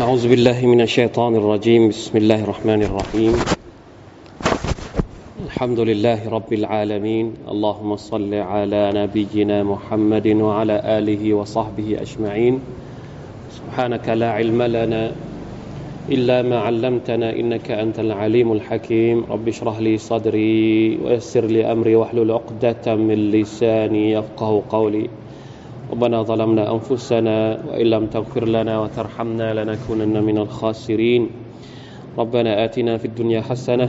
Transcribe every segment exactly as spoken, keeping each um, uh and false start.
أعوذ بالله من الشيطان الرجيم بسم الله الرحمن الرحيم الحمد لله رب العالمين اللهم صل على نبينا محمد وعلى آله وصحبه أجمعين سبحانك لا علم لنا إلا ما علمتنا إنك أنت العليم الحكيم رب اشرح لي صدري ويسر لي أمري واحلل عقدة من لساني يفقه قولي ربنا ظلمنا أنفسنا وإن لم تغفر لنا وترحمنا لنكونن من الخاسرين ربنا آتنا في الدنيا حسنة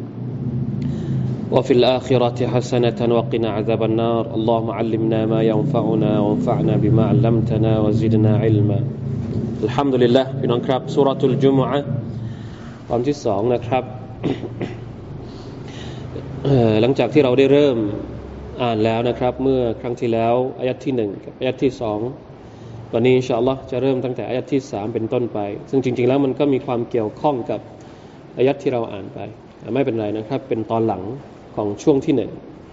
وفي الآخرة حسنة وقنا عذاب النار اللهم علمنا ما ينفعنا وانفعنا بما علمتنا وزدنا علما الحمد لله พี่น้องครับซูเราะตุลจุมอะห์ตอนที่สองนะครับหลังจากที่เราได้เริ่มอ่านแล้วนะครับเมื่อครั้งที่แล้วอายะห์ที่หนึ่งกับอายะห์ที่สองวันนี้อินชาอัลลอฮ์จะเริ่มตั้งแต่อายะห์ที่สามเป็นต้นไปซึ่งจริงๆแล้วมันก็มีความเกี่ยวข้องกับอายะห์ที่เราอ่านไปไม่เป็นไรนะครับเป็นตอนหลังของช่วงที่หนึ่ง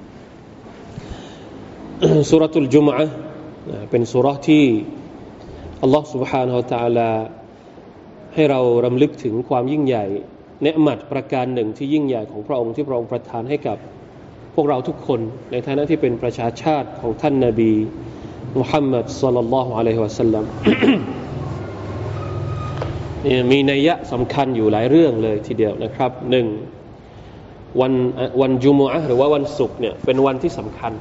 ซูเราะตุลจุมอะห์เป็นซูเราะห์ที่อัลลอฮ์ سبحانه และ تعالى ให้เรารำลึกถึงความยิ่งใหญ่เนืมัดประการหนึ่งที่ยิ่งใหญ่ของพระองค์ที่พระองค์ประทานให้กับพวกเราทุกคนในฐานะที่เป็นประชาชาติของท่านนบีมุฮัมมัดศ็อลลัลลอฮุอะลัยฮิวะซัลลัม มีนัยยะสำคัญอยู่หลายเรื่องเลยทีเดียวนะครับหนึ่งวันวันจุมอะห์หรือว่าวันศุกร์เนี่ยเป็นวันที่สำคัญ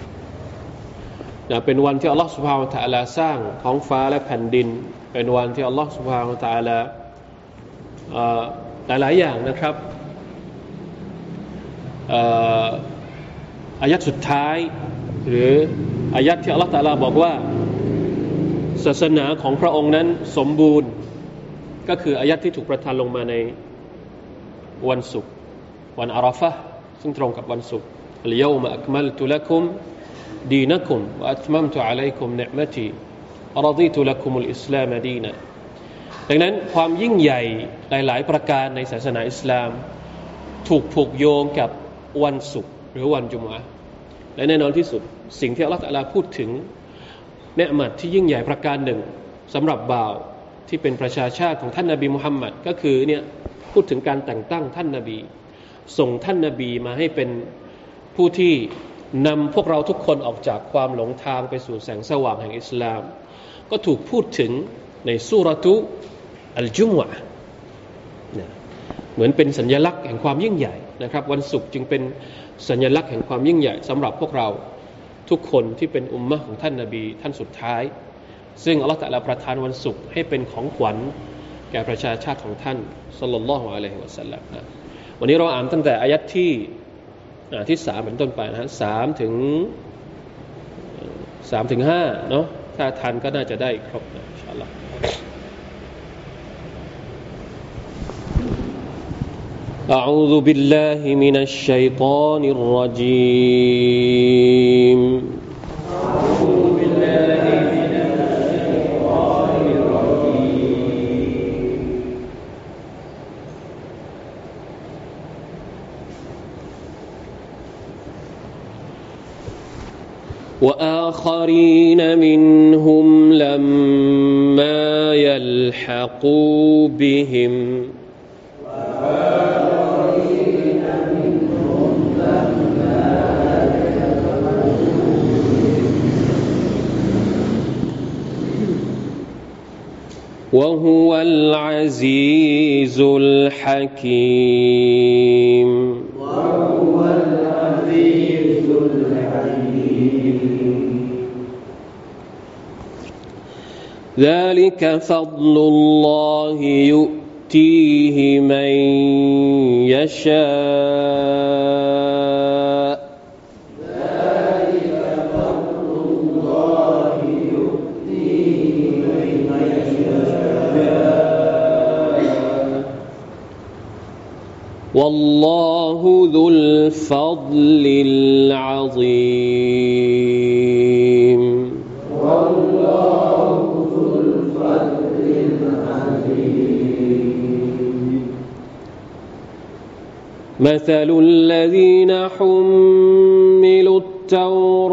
นะเป็นวันที่อัลลอฮฺ سبحانه และ تعالى สร้างท้องฟ้าและแผ่นดินเป็นวันที่อัลลอฮฺ سبحانه และ تعالى หลายๆอย่างนะครับอายะห์สุดท้ายหรืออายะห์ที่อัลลอฮฺ تعالى บอกว่าศาสนาของพระองค์นั้นสมบูรณ์ก็คืออายะห์ที่ถูกประทานลงมาในวันศุกร์วันอาราฟะห์ซึ่งตรงกับวันศุกร์อัลยอมะอักมัลตุละกุมดีนะกุมวะอัตมัมตุอะลัยกุมนิอ์มะตีวะรฎีตุละกุมุลอิสลามดีนะดังนั้นความยิ่งใหญ่หลายๆประการในศาสนาอิสลามถูกผูกโยงกับวันศุกร์หรือวันจุมอะห์และแน่นอนที่สุดสิ่งที่อัลเลาะห์ตะอาลาพูดถึงเนืมัดที่ยิ่งใหญ่ประการหนึ่งสำหรับบ่าวที่เป็นประชาชาติของท่านนบีมุฮัมมัดก็คือเนี่ยพูดถึงการแต่งตั้งท่านนบีส่งท่านนบีมาให้เป็นผู้ที่นำพวกเราทุกคนออกจากความหลงทางไปสู่แสงสว่างแห่งอิสลามก็ถูกพูดถึงในซูเราะตุอัลจุมอะห์เหมือนเป็นสัญลักษณ์แห่งความยิ่งใหญ่นะครับวันศุกร์จึงเป็นสัญลักษณ์แห่งความยิ่งใหญ่สำหรับพวกเราทุกคนที่เป็นอุมมะห์ของท่านนบีท่านสุดท้ายซึ่งอัลเลาะห์ตะอาลาประทานวันศุกร์ให้เป็นของขวัญแก่ประชาชาติของท่านศ็อลลัลลอฮุอะลัยฮิวะซัลลัมนะวันนี้เราอ่านตั้งแต่อายะห์ที่ที่สามเป็นต้นไปนะฮะสามถึงสามถึงห้าเนาะถ้าทันก็น่าจะได้ครบนะอินชาอัลลอฮ์أعوذ بالله من الشيطان الرجيم أعوذ بالله من الشيطان الرجيم وآخرين منهم لما يلحقوا بهم وهو العزيز الحكيم وهو العزيز الحكيم ذلك فضل الله يؤتيه من يشاء والله ذو الفضل العظيم والله ذو الفضل العظيم مثل الذين حملوا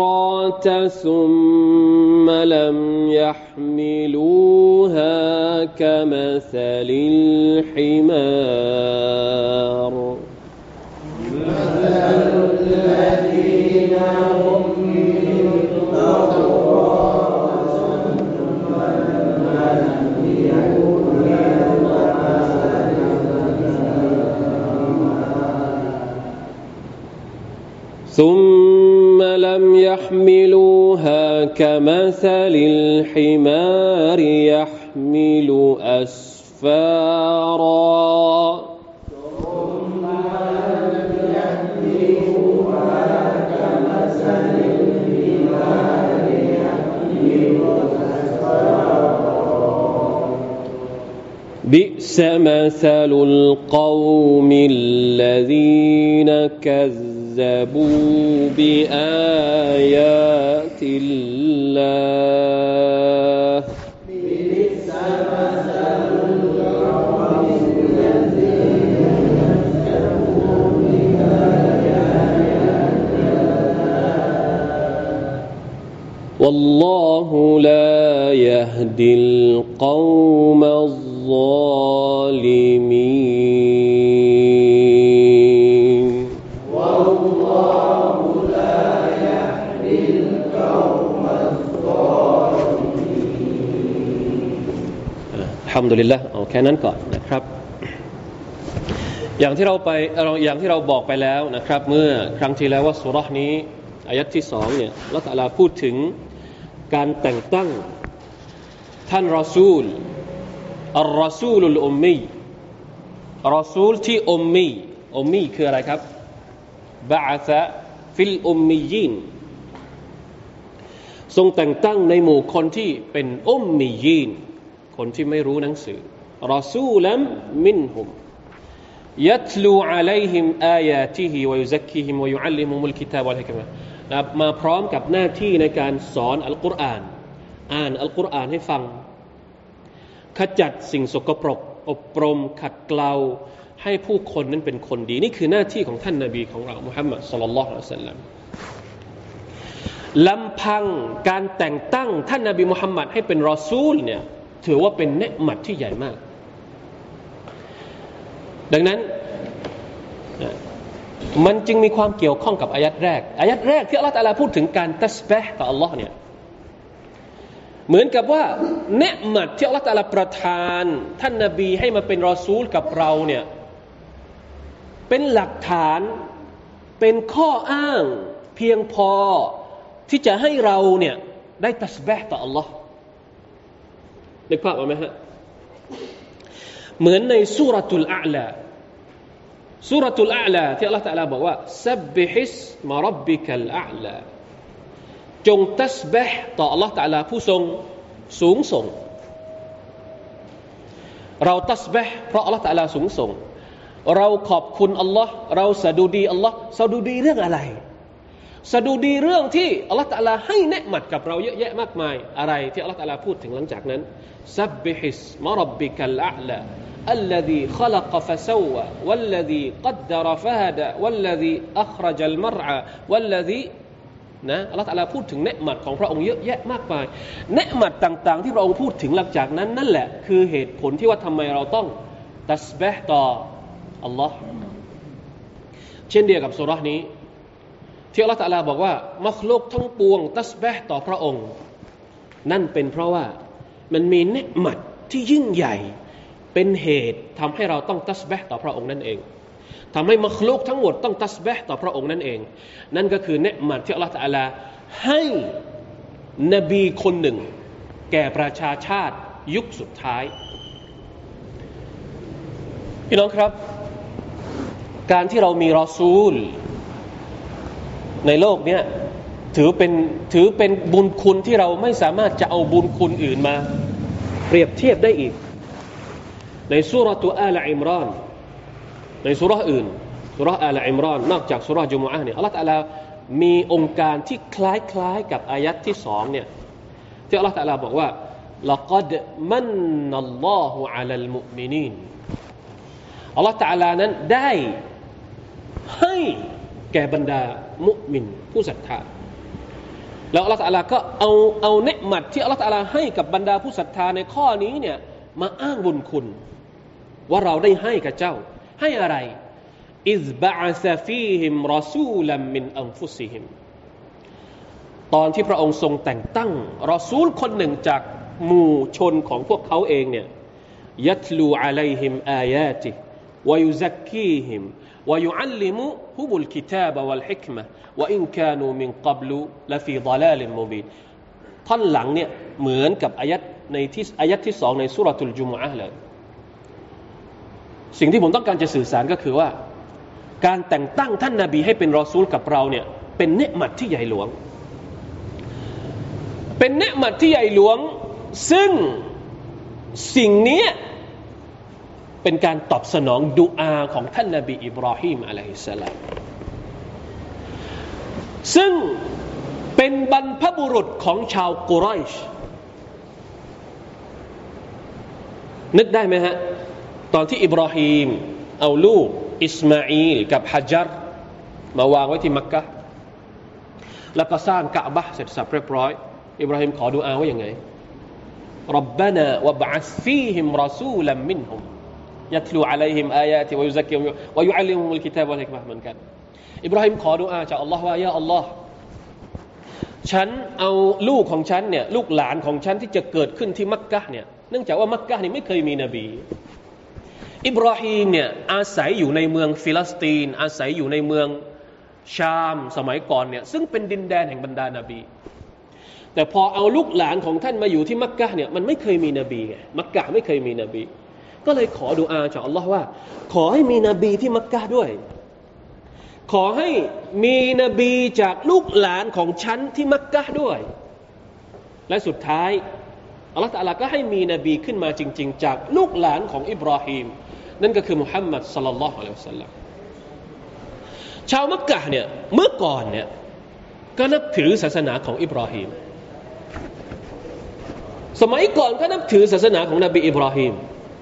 التوراة ثم لم يحملوها كمثل الحمار مثل الذين حملوا التوراة ثم لم يحملوها ثم لم يحملوها كمثل الحمار يحمل أسفارا ثم لم يحملوها كمثل الحمار يحمل أسفارا بئس مثل القوم الذين كذبوا بآيات الله بئس مثل القوم الذين كذبوا بآيات الله والله لا يهدي القوم الظالمين والله لا يهدي القوم الظالمين อัลฮัมดุลิลละห์เอาแค่นั้นก่อนนะครับอย่างที่เราไปเราอย่างที่เราบอกไปแล้วนะครับเมื่อครั้งที่แล้วว่าซูเราะห์นี้อายะห์ที่สองเนี่ยอัลเลาะห์ตะอาลาพูดถึงการแต่งตั้งท่านรอซูลอัลรอซูลุลอุมมีรอซูลที่อุมมีอุมมีคืออะไรครับบะอะซะฟิลอุมมียีนทรงแต่งตั้งในหมู่คนที่เป็นอุมมียีนคนที่ไม่รู้หนังสือรอซูลัมมินฮุมยัตลูอะลัยฮิมอายาติฮิวะยุซักกีฮิมวะยุอัลลิมุมุลกิตาบะวัลฮิกมะห์มาพร้อมกับหน้าที่ในการสอนอัลกุรอานอ่านอัลกุรอานให้ฟังขจัดสิ่งสกปรกอบรมขัดเกลาให้ผู้คนนั้นเป็นคนดีนี่คือหน้าที่ของท่านนบีของเรามุฮัมมัดศ็อลลัลลอฮุอะลัยฮิวะซัลลัมลำพังการแต่งตั้งท่านนบีมุฮัมมัดให้เป็นรอซูลเนี่ยถือว่าเป็นเนืมัดที่ใหญ่มากดังนั้นมันจึงมีความเกี่ยวข้องกับอายัดแรกอายัดแรกที่อัลเลาะห์ตะอาลาพูดถึงการตัสบีฮ์ต่ออัลเลาะห์เนี่ยเหมือนกับว่าเนืมัดที่อัลเลาะห์ตะอาลาประทานท่านนบีให้มาเป็นรอซูลกับเราเนี่ยเป็นหลักฐานเป็นข้ออ้างเพียงพอที่จะให้เราเนี่ยได้ตัสบีฮ์ต่ออัลเลาะห์นึกภาพออกไหมฮะเหมือนในซูเราะตุลอาลาซูเราะตุลอาลาที่อัลเลาะห์ตะอาลาบอกว่าซับบิฮิสมะร็อบบิกัลอาลาจงตัสบีฮ์ต่ออัลเลาะห์ตะอาลาผู้ทรงสูงส่งเราตัสบีฮ์เพราะอัลเลาะห์ตะอาลาสูงส่งเราขอบคุณอัลเลาะห์เราสะดุดีอัลเลาะห์สะดุดีเรื่องอะไรสะดุดีเรื่องที่อัลเลาะห์ตะอาลาให้เนืมัดกับเราเยอะแยะมากมายอะไรที่อัลเลาะห์ตะอาลาพูดถึงหลังจากนั้นซับบิฮิสมะร็อบบิกัลอาลาالذي خلق فسوى والذي قدر فهدى والذي أخرج المرعى والذي นะอัลเลาะห์ตะอาลาพูดถึงเนืมัดของพระองค์เยอะแยะมากมายเนืมัดต่างๆที่พระองค์พูดถึงหลังจากนั้นนั่นแหละคือเหตุผลที่ว่าทำไมเราต้องตัสบีฮ์ต่ออัลลอฮ์เช่นเดียวกับซูเราะห์นี้ที่อัลเลาะห์ตะอาลาบอกว่ามัคลุกทั้งปวงตัสบีฮ์ต่อพระองค์นั่นเป็นเพราะว่ามันมีเนืมัดที่ยิ่งใหญ่เป็นเหตุทำให้เราต้องตัสบีฮ์ต่อพระองค์นั่นเองทำให้มัคลุกทั้งหมดต้องตัสบีฮ์ต่อพระองค์นั่นเองนั่นก็คือเนืมัดที่อัลเลาะห์ตะอาลาให้นบีคนหนึ่งแก่ประชาชาติยุคสุดท้ายพี่น้องครับการที่เรามีรอซูลในโลกนี้ถือเป็นถือเป็นบุญคุณที่เราไม่สามารถจะเอาบุญคุณอื่นมาเปรียบเทียบได้อีกในซูเราะตุอาลอิมรอนในซูเราะห์อื่นซูเราะห์อาลอิมรอนนอกจากซูเราะห์จุมอะห์เนี่ยอัลเลาะห์ตะอาลามีองค์การที่คล้ายๆกับอายัดที่สองเนี่ยที่อัลเลาะห์ตะอาลาบอกว่าละกัดมันนัลลอฮุอะลัลมุอ์มินีนอัลเลาะห์ตะอาลานั้นได้ให้แก่บรรดามุมินผู้ศรัทธาแล้วอัลเลาะห์ตะอาลาก็เอาเอาเนืมัดที่อัลเลาะห์ตะอาลาให้กับบรรดาผู้ศรัทธาในข้อนี้เนี่ยมาอ้างบุญคุณว่าเราได้ให้กับเจ้าให้อะไรอิซบะอะซะฟีฮิมรอซูลัมมินอันฟุซิฮิมตอนที่พระองค์ทรงแต่งตั้งรอซูลคนหนึ่งจากหมู่ชนของพวกเขาเองเนี่ยยัตลูอะลัยฮิมอายาติวะยุซักกีฮิมวะยุอัลลิมุฮุมุลกิตาบะวัลฮิกมะฮ์วะอินกานูมินกับลุละฟีฎอลาลิมมุบีนท่อนหลังเนี่ยเหมือนกับอายัดในที่อายัดที่สองในซูเราะตุลจุมอะห์เลยสิ่งที่ผมต้องการจะสื่อสารก็คือว่าการแต่งตั้งท่านนบีให้เป็นรอซูลกับเราเนี่ยเป็นเนืมัดที่ใหญ่หลวงเป็นเนืมัดที่ใหญ่หลวงซึ่งสิ่งนี้เป็นการตอบสนองดุอาของท่านนบีอิบราฮิมอะลัยฮิสสลามซึ่งเป็นบรรพบุรุษของชาวกุไรชนึกได้ไหมฮะตอนที่อิบราฮิมเอาลูกอิสมาอีลกับฮัจญัรมาวางไว้ที่มักกะห์แล้วก็สร้างกะอ์บะห์เสร็จสับเรียบร้อยอิบราฮิมขอดุอาว่าอย่างไงรับบานะวะบะอัสฟีฮิมรอซูลัมมินฮุมยัตลูอะลัยฮิมอายาติวะยุซักกิฮิมวะยุอัลลิมุมุลกิตาบะวัลฮิกมะฮ์เหมือนกันอิบราฮิมขอดุอาจากอัลเลาะห์ว่ายาอัลเลาะห์ฉันเอาลูกของฉันเนี่ยลูกหลานของฉันที่จะเกิดขึ้นที่มักกะห์เนี่ยเนื่องจากว่ามักกะห์นี่ไม่เคยมีนบีอิบราฮิมเนี่ยอาศัยอยู่ในเมืองฟิลิสตีนอาศัยอยู่ในเมืองชามสมัยก่อนเนี่ยซึ่งเป็นดินแดนแห่งบรรดานบีแต่พอเอาลูกหลานของท่านมาอยู่ที่มักกะห์เนี่ยมันไม่เคยมีนบีไงมักกะห์ไม่เคยมีนบีก็เลยขอดุอาจากอัลลอฮ์ว่าขอให้มีนบีที่มักกะห์ด้วยขอให้มีนบีจากลูกหลานของฉันที่มักกะห์ด้วยและสุดท้ายอัลลอฮฺตะอาลาก็ให้มีนบีขึ้นมาจริงๆจากลูกหลานของอิบราฮิมนั่นก็คือมุฮัมมัดศ็อลลัลลอฮุอะลัยฮิวะซัลลัมชาวมักกะห์เนี่ยเมื่อก่อนเนี่ยก็นับถือศาสนาของอิบราฮิมสมัยก่อนก็นับถือศาสนาของนบีอิบราฮิม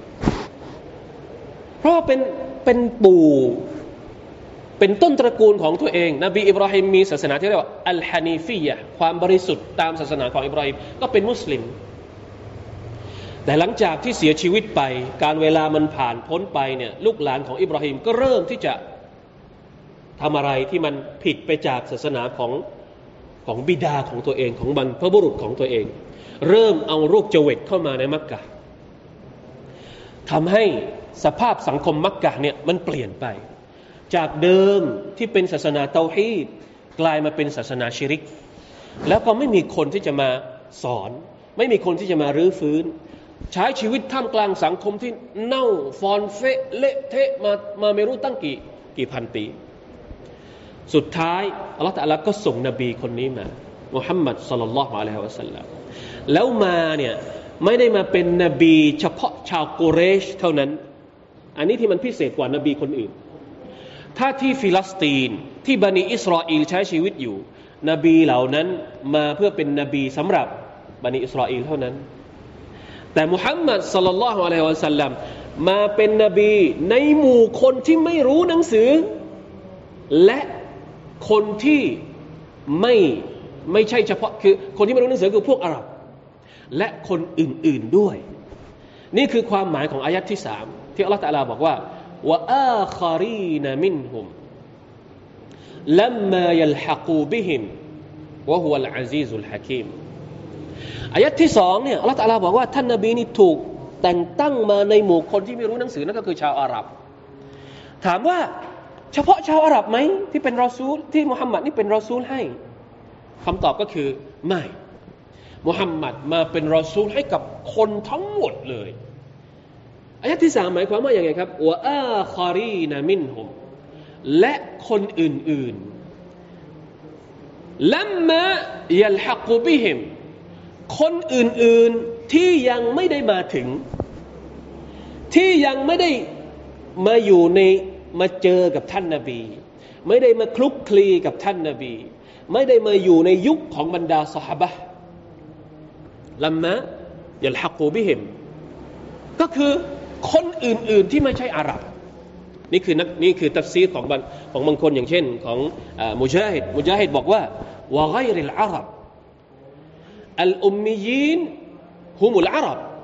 เพราะเป็นเป็นปู่เป็นต้นตระกูลของตัวเองนบีอิบราฮิมมีศาสนาที่เรียกว่าอัลฮานีฟียะห์ความบริสุทธิ์ตามศาสนาของอิบราฮิมก็เป็นมุสลิมแต่หลังจากที่เสียชีวิตไปการเวลามันผ่านพ้นไปเนี่ยลูกหลานของอิบราฮิมก็เริ่มที่จะทำอะไรที่มันผิดไปจากศาสนาของของบิดาของตัวเองของบรรพบุรุษของตัวเองเริ่มเอารูปเจเวตเข้ามาในมักกะห์ทำให้สภาพสังคมมักกะห์เนี่ยมันเปลี่ยนไปจากเดิมที่เป็นศาสนาเตาฮีดกลายมาเป็นศาสนาชิริกแล้วก็ไม่มีคนที่จะมาสอนไม่มีคนที่จะมารื้อฟื้นใช้ชีวิตท่ามกลางสังคมที่เน่าฟอนเฟะเละเทะมามาไม่รู้ตั้งกี่กี่พันปีสุดท้ายอัลลอฮฺตะอาลาก็ส่งนบีคนนี้มามุฮัมมัดศ็อลลัลลอฮุอะลัยฮิวะซัลลัมแล้วมาเนี่ยไม่ได้มาเป็นนบีเฉพาะชาวกุเรชเท่านั้นอันนี้ที่มันพิเศษกว่านบีคนอื่นถ้าที่ฟิลิสตีนที่บันิอิสราเอลใช้ชีวิตอยู่นบีเหล่านั้นมาเพื่อเป็นนบีสำหรับบันิอิสราเอลเท่านั้นแต่มุฮัมมัดศ็อลลัลลอฮุอะลัยฮิวะซัลลัมมาเป็นนบีในหมู่คนที่ไม่รู้หนังสือและคนที่ไม่ไม่ใช่เฉพาะคือคนที่ไม่รู้หนังสือคือพวกอาหรับและคนอื่นๆด้วยนี่คือความหมายของอายะห์ที่สามที่อัลเลาะห์ตะอาลาบอกว่าวะอาคารีนมินฮุมลัมมายัลฮะกูบิฮิมวะฮุวัลอะซีซุลฮะกีมอายะห์ที่สองเนี่ยอัลเลาะห์ตะอาลาบอกว่าท่านนบีนี่ถูกแต่งตั้งมาในหมู่คนที่ไม่รู้หนังสือนั่นก็คือชาวอาหรับถามว่าเฉพาะชาวอาหรับไหมที่เป็นรอซูลที่มุฮัมมัดนี่เป็นรอซูลให้คำตอบก็คือไม่มุฮัมมัดมาเป็นรอซูลให้กับคนทั้งหมดเลยอายะห์ที่สามหมายความว่าอย่างไรครับวะอาคารีนมินฮุมและคนอื่นๆลัมมายัลฮะกุบิฮิมคนอื่นๆที่ยังไม่ได้มาถึงที่ยังไม่ได้มาอยู่ในมาเจอกับท่านนบีไม่ได้มาคลุกคลีกับท่านนบีไม่ได้มาอยู่ในยุคของบรรดาซอฮาบะห์ลัมมายัลฮะกูบิฮิมก็คือคนอื่นๆที่ไม่ใช่อาหรับนี่คือนักนี่คือตัฟซีรของของบางคนอย่างเช่นของมุญาฮิดมุญาฮิดบอกว่าวะฆอยริลอาหรับอัลอุมมียีนฮุมุลอาหรับ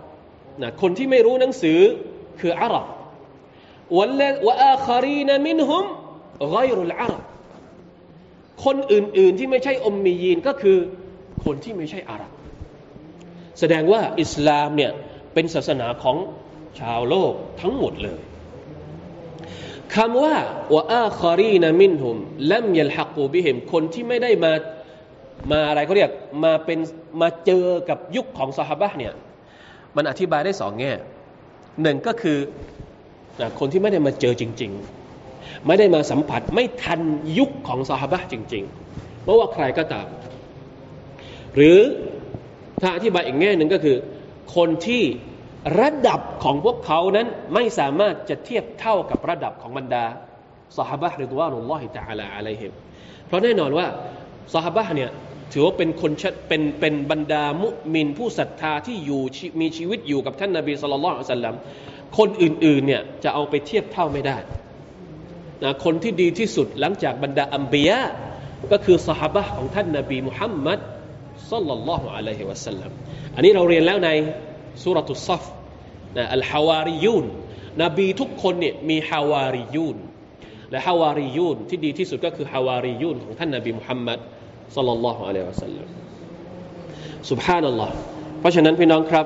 นะคนที่ไม่รู้หนังสือคืออาหรับวะอาคารีนมินฮุมฆอยรุลอาหรับคนอื่นๆที่ไม่ใช่อุมมียีนก็คือคนที่ไม่ใช่อาหรับแสดงว่าอิสลามเนี่ยเป็นศาสนาของชาวโลกทั้งหมดเลยคำว่าวะอาคารีนมินฮุมลัมยัลฮักูบิฮิมคนที่ไม่ได้มามาอะไรเขาเรียกมาเป็นมาเจอกับยุคของซอฮาบะห์เนี่ยมันอธิบายได้สองแง่หนึ่งก็คือคนที่ไม่ได้มาเจอจริงๆไม่ได้มาสัมผัสไม่ทันยุคของซอฮาบะห์จริงๆไม่ว่าใครก็ตามหรือถ้าอธิบายอีกแง่หนึ่งก็คือคนที่ระดับของพวกเขานั้นไม่สามารถจะเทียบเท่ากับระดับของบรรดาซอฮาบะห์ริฎวานุลลอฮิตะอาลาอะลัยฮิมเพราะแน่นอนว่าซอฮาบะห์เนี่ยถือว่าเป็นคนเป็นเป็นบรรดามุมินผู้ศรัทธาที่อยู่มีชีวิตอยู่กับท่านนบีศ็อลลัลลอฮุอะลัยฮิวะซัลลัมคนอื่นๆเนี่ยจะเอาไปเทียบเท่าไม่ได้นะคนที่ดีที่สุดหลังจากบรรดาอัมบิยะก็คือซอฮาบะห์ของท่านนบีมุฮัมมัดศ็อลลัลลอฮุอะลัยฮิวะซัลลัมอันนี้เราเรียนแล้วในซูเราะตุศศฟนะอัลฮาวาริยูนนบีทุกคนเนี่ยมีฮาวาริยูนและฮาวาริยูนที่ดีที่สุดก็คือฮาวาริยูนของท่านนบีมุฮัมมัดศ็อลลัลลอฮุอะลัยฮิวะซัลลัมซุบฮานัลลอฮ์เพราะฉะนั้นพี่น้องครับ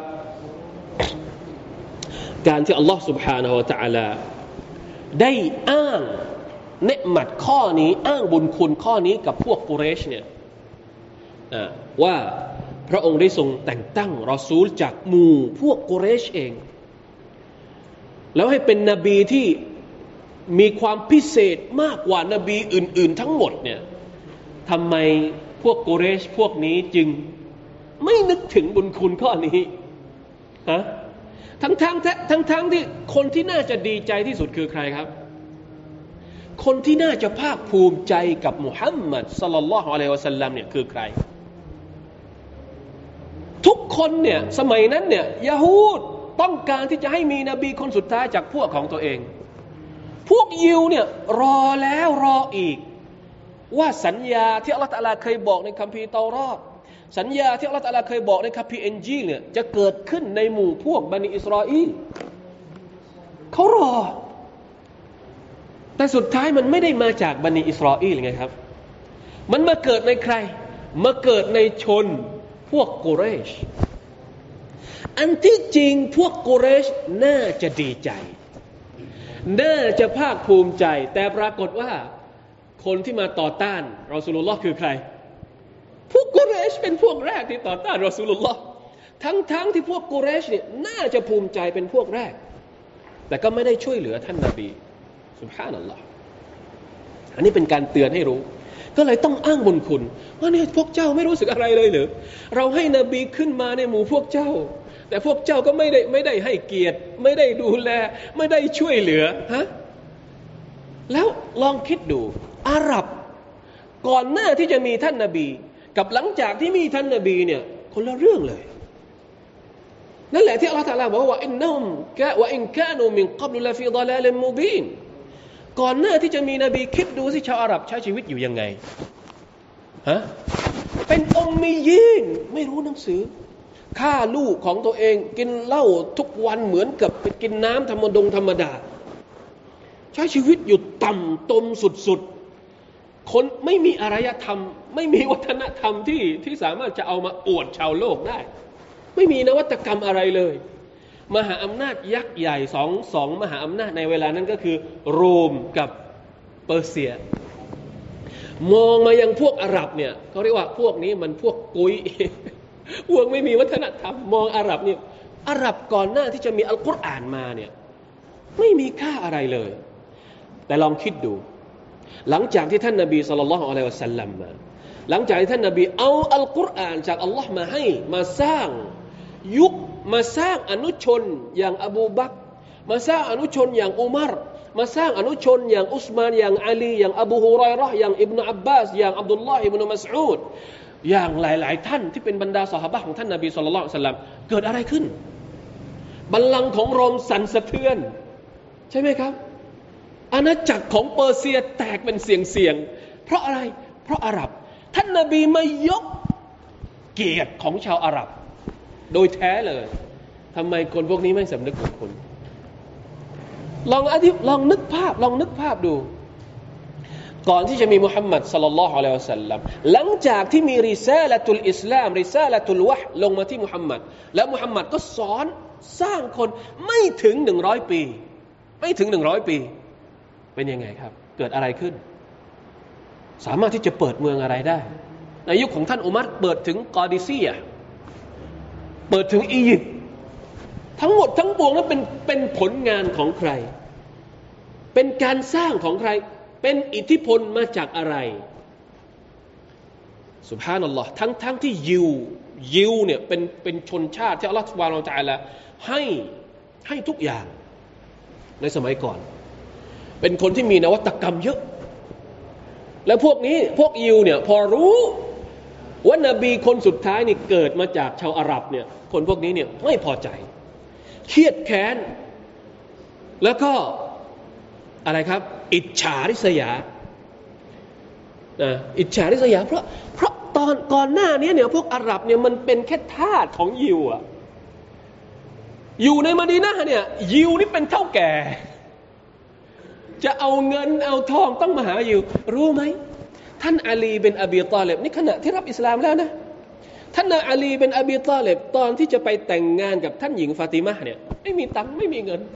การที่อัลลอฮ์ سبحانه และ تعالى ได้อ้างเนืมัดข้อนี้อ้างบุญคุณข้อนี้กับพวกกุเรชเนี่ยว่าพระองค์ได้ทรงแต่งตั้งรอซูลจากหมู่พวกกุเรชเองแล้วให้เป็นนบีที่มีความพิเศษมากกว่านบีอื่นๆทั้งหมดเนี่ยทำไมพวกกุเรชพวกนี้จึงไม่นึกถึงบุญคุณข้อนี้ฮะทั้งๆ ทั้งทั้งทั้งที่คนที่น่าจะดีใจที่สุดคือใครครับคนที่น่าจะภาคภูมิใจกับมุฮัมมัดศ็อลลัลลอฮุอะลัยฮิวะซัลลัมเนี่ยคือใครทุกคนเนี่ยสมัยนั้นเนี่ยยะฮูดต้องการที่จะให้มีนบีคนสุดท้ายจากพวกของตัวเองพวกยิวเนี่ยรอแล้วรออีกว่าสัญญาที่อัลเลาะห์ตะอาลาเคยบอกในคัมภีร์เตารอตสัญญาที่อัลเลาะห์ตะอาลาเคยบอกในคัมภีร์อินญีลเนี่ยจะเกิดขึ้นในหมู่พวกบันิอิสราอีลเขารอแต่สุดท้ายมันไม่ได้มาจากบันิอิสราอีลไงครับมันมาเกิดในใครมาเกิดในชนพวกกุเรชอันที่จริงพวกกุเรชน่าจะดีใจน่าจะภาคภูมิใจแต่ปรากฏว่าคนที่มาต่อต้านรอซูลุลลอฮ์คือใครพวกกุเรชเป็นพวกแรกที่ต่อต้านรอซูลุลลอฮ์ทั้งๆที่พวกกุเรชเนี่ยน่าจะภูมิใจเป็นพวกแรกแต่ก็ไม่ได้ช่วยเหลือท่านนบีซุบฮานัลลอฮ์อันนี้เป็นการเตือนให้รู้ก็เลยต้องอ้างบุญคุณว่าเนี่ยพวกเจ้าไม่รู้สึกอะไรเลยเหรอเราให้นบีขึ้นมาในหมู่พวกเจ้าแต่พวกเจ้าก็ไม่ได้ไม่ได้ให้เกียรติไม่ได้ดูแลไม่ได้ช่วยเหลือฮะแล้วลองคิดดูอาหรับก่อนหน้าที่จะมีท่านนบีกับหลังจากที่มีท่านนบีเนี่ยคนละเรื่องเลยนั่นแหละที่อัลเลาะห์ตะอาลาบอกว่าอินนะฮุมกะวะอินกานูมินกับลุลฟีฎอลาลิมมุบีนก่อนหน้าที่จะมีนบีคิดดูสิชาวอาหรับใช้ชีวิตอยู่ยังไงฮะเป็นอุมมียีนไม่รู้หนังสือฆ่าลูกของตัวเองกินเหล้าทุกวันเหมือนกับไปกินน้ำธรรมดงธรรมดาใช้ชีวิตอยู่ต่ำตมสุดๆคนไม่มีอารยธรรมไม่มีวัฒนธรรมที่ที่สามารถจะเอามาอวดชาวโลกได้ไม่มีนวัตกรรมอะไรเลยมหาอำนาจยักษ์ใหญ่สองสองมหาอำนาจในเวลานั้นก็คือโรมกับเปอร์เซียมองมายังพวกอาหรับเนี่ยเขาเรียกว่าพวกนี้มันพวกกุยพวกไม่มีวัฒนธรรมมองอาหรับเนี่ยอาหรับก่อนหน้าที่จะมีอัลกุรอานมาเนี่ยไม่มีค่าอะไรเลยแต่ลองคิดดูหลังจากที่ท่านนบีศ็อลลัลลอฮุอะลัยฮิวะซัลลัมมาหลังจากที่ท่านนบีเอาอัลกุรอานจากอัลลอฮ์มาให้มาสร้างยุคมาสร้างอนุชนอย่างอบูบักรมาสร้างอนุชนอย่างอุมัรมาสร้างอนุชนอย่างอุสมานอย่างอาลีอย่างอบูฮุรอยเราะห์อย่างอิบนุอับบาสอย่างอับดุลลอฮ์อิบนุมัสอูดอย่างหลายๆท่านที่เป็นบรรดาซอฮาบะห์ของท่านนบีศ็อลลัลลอฮุอะลัยฮิวะซัลลัมเกิดอะไรขึ้นบัลลังก์ของโรมสั่นสะเทือนใช่ไหมครับอาณาจักรของเปอร์เซียแตกเป็นเสียงๆเพราะอะไรเพราะอาหรับท่านนบีมายกเกียรติของชาวอาหรับโดยแท้เลยทำไมคนพวกนี้ไม่สำนึกบุญคุณลองอธิลองนึกภาพลองนึกภาพดูก่อนที่จะมีมุฮัมมัดศ็อลลัลลอฮุอะลัยฮิวะซัลลัมหลังจากที่มีริซาละตุลอิสลามริซาละตุลวะห์ลงมาที่มุฮัมมัดแล้วมุฮัมมัดก็สอนสร้างคนไม่ถึงหนึ่งร้อยปีไม่ถึงหนึ่งร้อยปีเป็นยังไงครับเกิดอะไรขึ้นสามารถที่จะเปิดเมืองอะไรได้ในยุคของท่านอุมัรเปิดถึงกอดิซียะห์เปิดถึงอียิปต์ทั้งหมดทั้งปวงนั้นเป็นเป็นผลงานของใครเป็นการสร้างของใครเป็นอิทธิพลมาจากอะไรซุบฮานัลลอฮ์ทั้งทั้งที่ยิวยิวเนี่ยเป็นเป็นชนชาติที่อัลเลาะห์ซุบฮานะฮูวะตะอาลาให้ให้ทุกอย่างในสมัยก่อนเป็นคนที่มีนวัตกรรมเยอะแล้วพวกนี้พวกยิวเนี่ยพอรู้ว่านบีคนสุดท้ายนี่เกิดมาจากชาวอาหรับเนี่ยคนพวกนี้เนี่ยไม่พอใจเครียดแค้นแล้วก็อะไรครับอิจฉาริษยานะอิจฉาริษยาเพราะเพราะตอนก่อนหน้านี้เนี่ยพวกอาหรับเนี่ยมันเป็นแค่ทาสของยิวอะอยู่ในมะดีนะห์เนี่ยยิวนี่เป็นเท่าแก่จะเอาเงินเอาทองต้องมาหายิวรู้ไหมท่านอาลีบินอบีฏอลิบนี่ขณะที่รับอิสลามแล้วนะท่านอาลีบินอบีฏอลิบตอนที่จะไปแต่งงานกับท่านหญิงฟาติมาเนี่ยไม่มีตังค์ไม่มีเงิน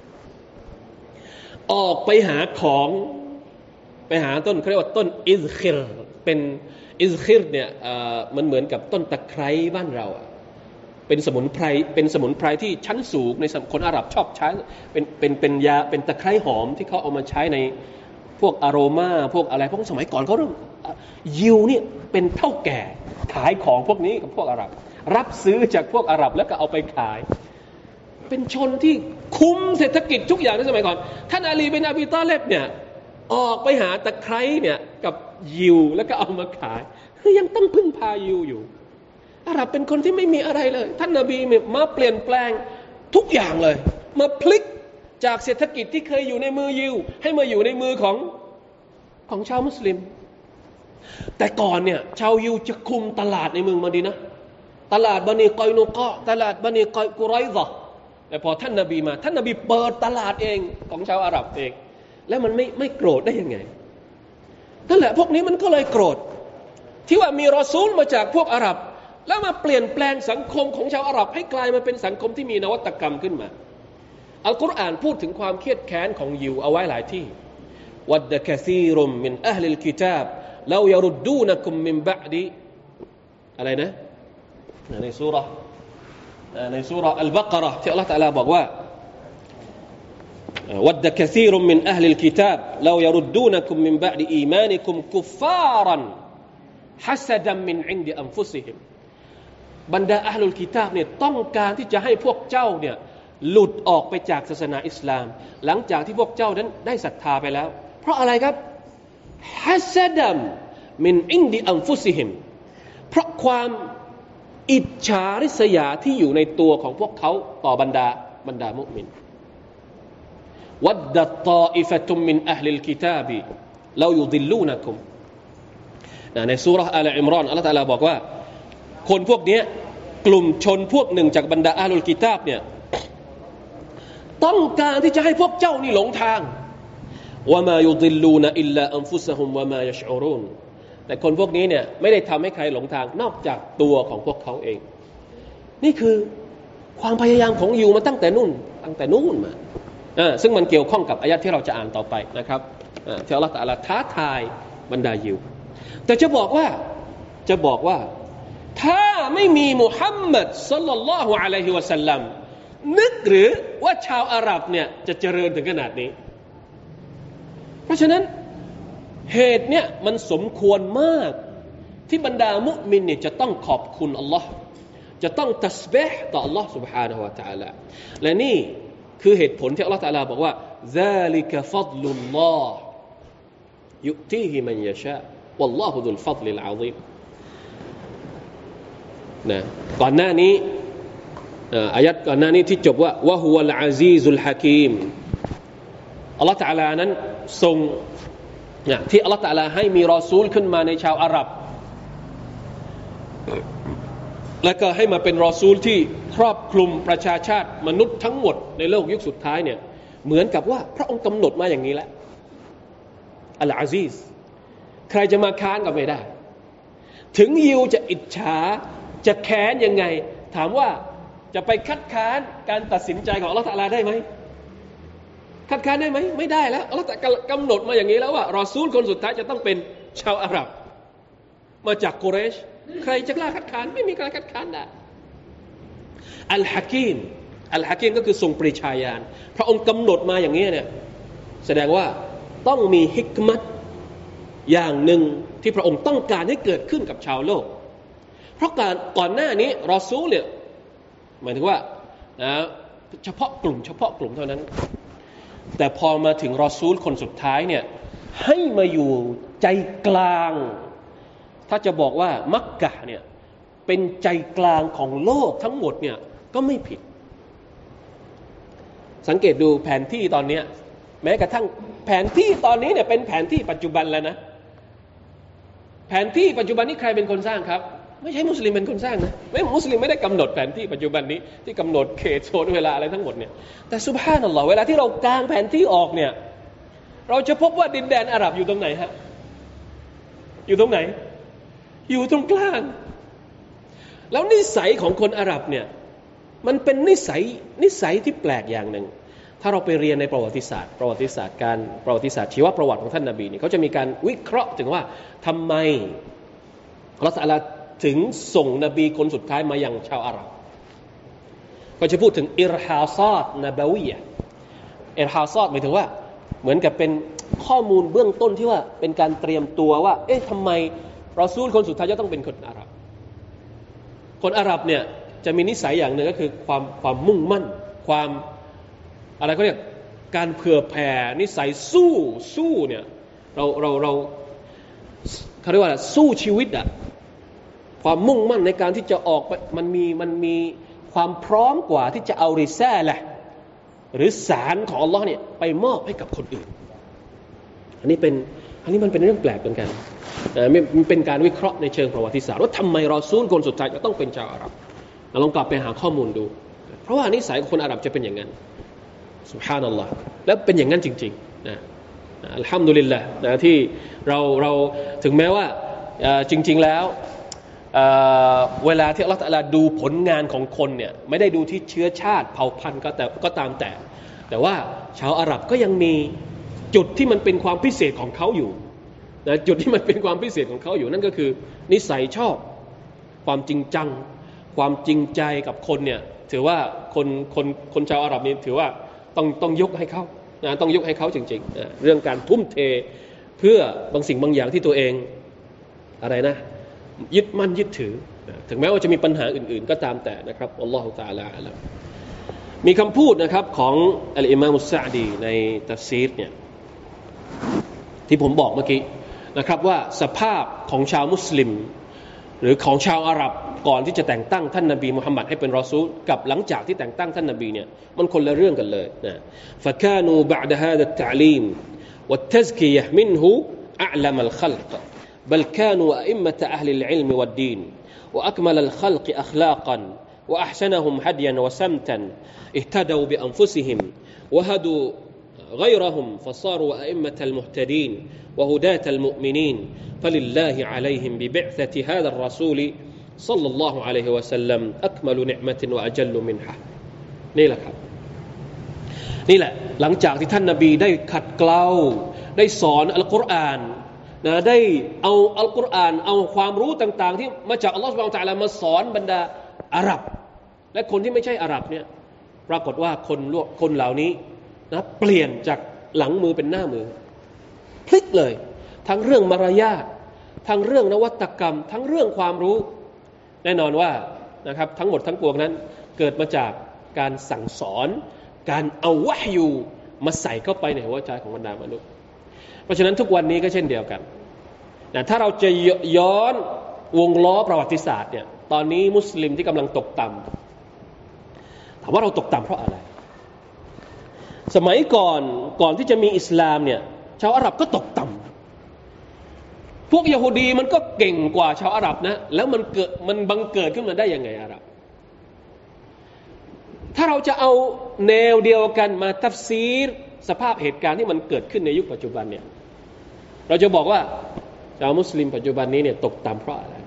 ออกไปหาของไปหาต้นเขาเรียกว่าต้นอิซคิรเป็นอิซคิรเนี่ยมันเหมือนกับต้นตะไคร้บ้านเราเป็นสมุนไพรเป็นสมุนไพรที่ชั้นสูงในคนอาหรับชอบใช้เป็นเป็นเป็นยาเป็นตะไคร้หอมที่เขาเอามาใช้ในพวกอโรมาพวกอะไรพวกสมัยก่อนเขาเริ่มยิวเนี่ยเป็นเท่าแก่ขายของพวกนี้กับพวกอาหรับรับซื้อจากพวกอาหรับแล้วก็เอาไปขายเป็นชนที่คุมเศรษฐกิจทุกอย่างในสมัยก่อนท่านอาลีบินอบีฏอลิบเนี่ยออกไปหาตะไคร้เนี่ยกับยิวแล้วก็เอามาขายคือยังต้องพึ่งพายิวอยู่อาหรับเป็นคนที่ไม่มีอะไรเลยท่านนบีมาเปลี่ยนแปลงทุกอย่างเลยมาพลิกจากเศรษฐกิจที่เคยอยู่ในมือยิวให้มาอยู่ในมือของของชาวมุสลิมแต่ก่อนเนี่ยชาวยิวจะคุมตลาดในเมืองมะดีนะห์ตลาดบันีกอยนุกะตลาดบันีกุไรซะห์แต่พอท่านนบีมาท่านนบีเปิดตลาดเองของชาวอาหรับเองแล้วมันไม่ไม่โกรธได้ยังไงนั่นแหละพวกนี้มันก็เลยโกรธที่ว่ามีรอซูลมาจากพวกอาหรับแล้วมาเปลี่ยนแปลงสังคมของชาวอาหรับให้กลายมาเป็นสังคมที่มีนวัตกรรมขึ้นมาอัลกุรอานพูดถึงความเครียดแค้นของยิวเอาไว้หลายที่วัดดะกะซีรุมมินอะห์ลิลกิตาบลาวยะรุดดูนะกุมมินบะอดิอะไรนะในซูเราะห์ในซูเราะห์อัลบะเกาะเราะห์ที่อัลเลาะห์ตะอาลาบอกว่าวัดดะกะซีรุมมินอะห์ลิลกิตาบลาวยะรุดดูนะกุมมินบะอดิอีมานิกุมกุฟฟารันฮัสดัมมินอินดิอันฟุซิฮิมบรรดาอะห์ลุลกิตาบเนี่ยต้องการที่จะให้พวกเจ้าเนี่ยหลุดออกไปจากศาสนาอิสลามหลังจากที่พวกเจ้านั้นได้ศรัทธาไปแล้วเพราะอะไรครับฮัสดัมมินอินดิอันฟุซิฮิมเพราะความอิจฉาริษยาที่อยู่ในตัวของพวกเขาต่อบรรดาบรรดามุมินวัดดัตตาอิฟะตุมมินอะห์ลิลกิตาบลายุฎิลลูนะกุมในซูเราะห์อาลอิมรอนอัลเลาะห์ตะอาลาบอกว่าคนพวกนี้กลุ่มชนพวกหนึ่งจากบรรดาอะห์ลุลกิตาบเนี่ยต้องการที่จะให้พวกเจ้านี่หลงทางวะมายุฎิลลูนะอิลลาอันฟุซะฮุมวะมายัชอูรูนแต่คนพวกนี้เนี่ยไม่ได้ทำให้ใครหลงทางนอกจากตัวของพวกเขาเองนี่คือความพยายามของยิวมาตั้งแต่นู่นตั้งแต่นู่นมาอ่าซึ่งมันเกี่ยวข้องกับอายะห์ที่เราจะอ่านต่อไปนะครับอ่าที่อัลเลาะห์ตะอาลาท้าทายบรรดายิวแต่จะบอกว่าจะบอกว่าถ้าไม่มีมุฮัมมัดศ็อลลัลลอฮุอะลัยฮิวะซัลลัมนึกหรือว่าชาวอาหรับเนี่ยจะเจริญถึงขนาดนี้เพราะฉะนั้นเหตุเนี่ยมันสมควรมากที่บรรดามุมินเนี่ยจะต้องขอบคุณอัลลอฮ์จะต้องตัสบีห์ต่ออัลลอฮ์ سبحانه และ تعالى และนี่คือเหตุผลที่อัลลอฮ์ تعالى บอกว่า ذلك فضل الله يؤتيه من يشاء والله ذو الفضل العظيم นะก่อนหน้านี้อายัดก่อนหน้านี้ที่จบว่าวะฮุวัลอาซีซุลฮะกีมอัลลอฮฺตะอาลานั้นทรงนะที่อัลลอฮฺตะอาลาให้มีรอซูลขึ้นมาในชาวอาหรับและก็ให้มาเป็นรอซูลที่ครอบคลุมประชาชาติมนุษย์ทั้งหมดในโลกยุคสุดท้ายเนี่ยเหมือนกับว่าพระองค์กำหนดมาอย่างนี้แล้วอัลอาซีซใครจะมาค้านก็ไม่ได้ถึงยิวจะอิจฉาจะแค้นยังไงถามว่าจะไปคัดค้านการตัดสินใจของอัลเลาะห์ตะอาลาได้ไหมคัดค้านได้ไหมไม่ได้แล้วอัลเลาะห์ตะอาลากำหนดมาอย่างนี้แล้วว่ารอซูลคนสุดท้ายจะต้องเป็นชาวอาหรับมาจากกุเรชใครจะกล้าคัดค้านไม่มีใครคัดค้านได้อัลฮะกีมอัลฮะกีมก็คือทรงปริชาญาณพระองค์กำหนดมาอย่างนี้เนี่ยแสดงว่าต้องมีฮิกมัตอย่างหนึ่งที่พระองค์ต้องการให้เกิดขึ้นกับชาวโลกเพราะการก่อนหน้านี้รอซูลเนี่ยหมายถึงว่านะเฉพาะกลุ่มเฉพาะกลุ่มเท่านั้นแต่พอมาถึงรอซูลคนสุดท้ายเนี่ยให้มาอยู่ใจกลางถ้าจะบอกว่ามักกะเนี่ยเป็นใจกลางของโลกทั้งหมดเนี่ยก็ไม่ผิดสังเกตดูแผนที่ตอนนี้แม้กระทั่งแผนที่ตอนนี้เนี่ยเป็นแผนที่ปัจจุบันแล้วนะแผนที่ปัจจุบันนี้ใครเป็นคนสร้างครับไม่ใช่มุสลิมเป็นคนสร้างนะไม่มุสลิมไม่ได้กำหนดแผนที่ปัจจุบันนี้ที่กำหนดเขตโซนเวลาอะไรทั้งหมดเนี่ยแต่ซุบฮานัลลอฮ์เวลาที่เรากางแผนที่ออกเนี่ยเราจะพบว่าดินแดนอาหรับอยู่ตรงไหนฮะอยู่ตรงไหนอยู่ตรงกลางแล้วนิสัยของคนอาหรับเนี่ยมันเป็นนิสัยนิสัยที่แปลกอย่างหนึ่งถ้าเราไปเรียนในประวัติศาสตร์ประวัติศาสตร์การประวัติศาสตร์ชีวประวัติของท่านนบีเนี่ยเขาจะมีการวิเคราะห์ถึงว่าทำไมอัลเลาะห์ตะอาลาถึงส่งนบีคนสุดท้ายมายังชาวอาหรับก็จะพูดถึงอิรฮาซาตนบวียะอิรฮาซาตหมายถึงว่าเหมือนกับเป็นข้อมูลเบื้องต้นที่ว่าเป็นการเตรียมตัวว่าเอ๊ะทำไมรอซูลคนสุดท้ายจะต้องเป็นคนอาหรับคนอาหรับเนี่ยจะมีนิสัยอย่างหนึ่งก็คือความความมุ่งมั่นความอะไรเขาเรียกการเผื่อแผ่นิสัยสู้สู้เนี่ยเราเราเราเขาเรียกว่าสู้ชีวิตอะความมุ่งมั่นในการที่จะออกไปมันมีมันมีความพร้อมกว่าที่จะเอาริซาละห์หรือสารของอัลลอฮ์เนี่ยไปมอบให้กับคนอื่นอันนี้เป็นอันนี้มันเป็นเรื่องแปลกเหมือนกันมันเป็นการวิเคราะห์ในเชิงประวัติศาสตร์ว่าทำไมรอซูลคนสุดท้ายจะต้องเป็นชาวอาหรับเราลองกลับไปหาข้อมูลดูเพราะว่านิสัยของคนอาหรับจะเป็นอย่างนั้นซุบฮานัลลอฮ์แล้วเป็นอย่างนั้นจริงๆนะอัลฮัมดุลิลละห์นะที่เราเราถึงแม้ว่าจริงๆแล้วเ, เวลาที่อัลเลาะห์ตะอาลาดูผลงานของคนเนี่ยไม่ได้ดูที่เชื้อชาติเผ่าพันธุ์ก็แต่ก็ตามแต่แต่ว่าชาวอาหรับก็ยังมีจุดที่มันเป็นความพิเศษของเขาอยู่นะจุดที่มันเป็นความพิเศษของเขาอยู่นั่นก็คือนิสัยชอบความจริงจังความจริงใจกับคนเนี่ยถือว่าคนคนคนชาวอาหรับนี่ถือว่าต้องต้องยกให้เขานะต้องยกให้เขาจริงๆนะเรื่องการทุ่มเทเพื่อบางสิ่งบางอย่างที่ตัวเองอะไรนะยึดมั่นยึดถือถึงแม้ว่าจะมีปัญหาอื่นๆก็ตามแต่นะครับอัลลอฮฺตะอาลาอะลัมมีคำพูดนะครับของอัลอิมามอุสซะอดีในตัฟซีรเนี่ยที่ผมบอกเมื่อกี้นะครับว่าสภาพของชาวมุสลิมหรือของชาวอาหรับก่อนที่จะแต่งตั้งท่านนบีมุฮัมมัดให้เป็นรอซูลกับหลังจากที่แต่งตั้งท่านนบีเนี่ยมันคนละเรื่องกันเลยนะฟะกานูบะอ์ดะฮาซะตะอ์ลีมวัตตัซกิยะห์มินฮุอะอ์ละมัลคัลกبل كانوا أئمة أهل العلم والدين وأكمل الخلق أخلاقا وأحسنهم هديا وسمتا اهتدوا بأنفسهم وهدوا غيرهم فصاروا أئمة المهتدين وهداة المؤمنين فلله عليهم ببعثة هذا الرسول صلى الله عليه وسلم أكمل نعمة وأجل منحة นี่แหละครับนี่แหละหลังจากที่ท่านนบีได้ขัดเกลาได้สอนอัลกุรอานนะได้เอาอัลกุรอานเอาความรู้ต่างๆที่มาจากอัลลอฮฺซุบฮานะฮูวะตะอาลามาสอนบรรดาอาหรับและคนที่ไม่ใช่อาหรับเนี่ยปรากฏว่าคนคนเหล่านี้นะเปลี่ยนจากหลังมือเป็นหน้ามือพลิกเลยทั้งเรื่องมารยาททั้งเรื่องนวัตกรรมทั้งเรื่องความรู้แน่นอนว่านะครับทั้งหมดทั้งปวงนั้นเกิดมาจากการสั่งสอนการเอาวะฮยูมาใส่เข้าไปในหัวใจของบรรดามนุษย์เพราะฉะนั้นทุกวันนี้ก็เช่นเดียวกันนะถ้าเราจะย้อนวงล้อประวัติศาสตร์เนี่ยตอนนี้มุสลิมที่กำลังตกต่ำถามว่าเราตกต่ำเพราะอะไรสมัยก่อนก่อนที่จะมีอิสลามเนี่ยชาวอาหรับก็ตกต่ำพวกยะฮูดีมันก็เก่งกว่าชาวอาหรับนะแล้วมันเกิดมันบังเกิดขึ้นมาได้ยังไงอาหรับถ้าเราจะเอาแนวเดียวกันมาตัฟซีรสภาพเหตุการณ์ที่มันเกิดขึ้นในยุคปัจจุบันเนี่ยเราจะบอกว่าชาวมุสลิมปัจจุบันนี้เนี่ยตกต่ำเพราะอะไร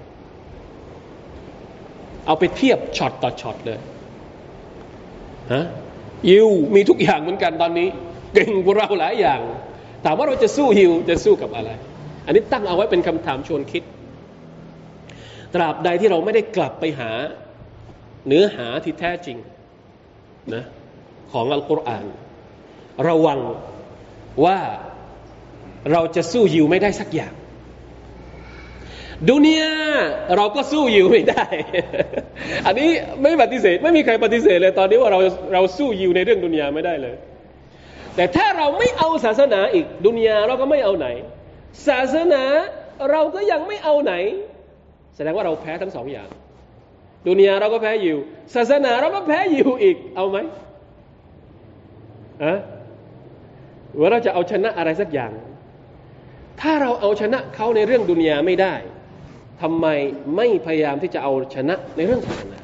เอาไปเทียบช็อตต่อช็อตเลยฮะยิวมีทุกอย่างเหมือนกันตอนนี้เก่งกว่าเราหลายอย่างถามว่าเราจะสู้ยิวจะสู้กับอะไรอันนี้ตั้งเอาไว้เป็นคำถามชวนคิดตราบใดที่เราไม่ได้กลับไปหาเนื้อหาที่แท้จริงนะของอัลกุรอานระวังว่าเราจะสู้ยิวไม่ได้สักอย่างดุนยาเราก็สู้ยิวไม่ได้ อันนี้ไม่ปฏิเสธไม่มีใครปฏิเสธเลยตอนนี้ว่าเราเราสู้ยิวในเรื่องดุนยาไม่ได้เลยแต่ถ้าเราไม่เอาศาสนาอีกดุนยาเราก็ไม่เอาไหนศาสนาเราก็ยังไม่เอาไหนแสดงว่าเราแพ้ทั้งสองอย่างดุนยาเราก็แพ้ยิวศาสนาเราก็แพ้ยิวอีกเอาไหมอะว่าเราจะเอาชนะอะไรสักอย่างถ้าเราเอาชนะเขาในเรื่องดุนยาไม่ได้ทำไมไม่พยายามที่จะเอาชนะในเรื่องศาสนา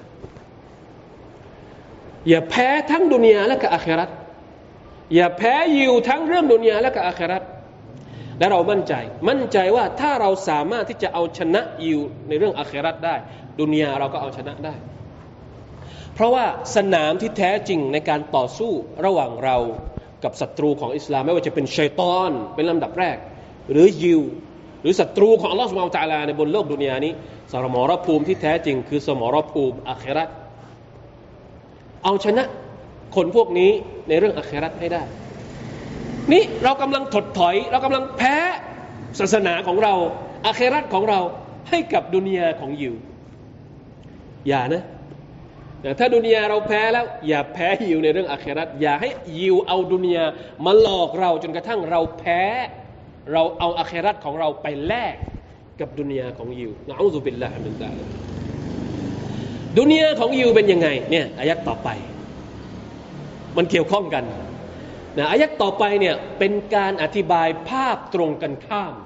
อย่าแพ้ทั้งดุนยาและก็อาคิเราะห์อย่าแพ้ยิวทั้งเรื่องดุนยาและก็อาคิเราะห์และเรามั่นใจมั่นใจว่าถ้าเราสามารถที่จะเอาชนะยิวในเรื่องอาคิเราะห์ได้ดุนยาเราก็เอาชนะได้เพราะว่าสนามที่แท้จริงในการต่อสู้ระหว่างเรากับศัตรูของอิสลามไม่ว่าจะเป็นชัยฏอนเป็นลำดับแรกหรือยิวหรือศัตรูของอัลลอฮฺซุบฮานะฮูวะตะอาลาในบนโลกดุนยานี้สมรภูมิที่แท้จริงคือสมรภูมิอาคิเราะห์เอาชนะคนพวกนี้ในเรื่องอาคิเราะห์ให้ได้นี่เรากำลังถดถอยเรากำลังแพ้ศาสนาของเราอาคิเราะห์ของเราให้กับดุนยาของยิวอย่านะแต่ถ้าดุนยาเราแพ้แล้วอย่าแพ้ยิวในเรื่องอาคิเราะห์อย่าให้ยิวเอาดุนยามาหลอกเราจนกระทั่งเราแพ้เราเอาอาคิเราะห์ของเราไปแลกกับดุนยาของยิวนะอูซุบิลลาฮิมินซาลิกดุนยาของยิวเป็นยังไงเนี่ยอายะห์ต่อไปมันเกี่ยวข้องกันนะอายะห์ต่อไปเนี่ยเป็นการอธิบายภาพตรงกันข้าม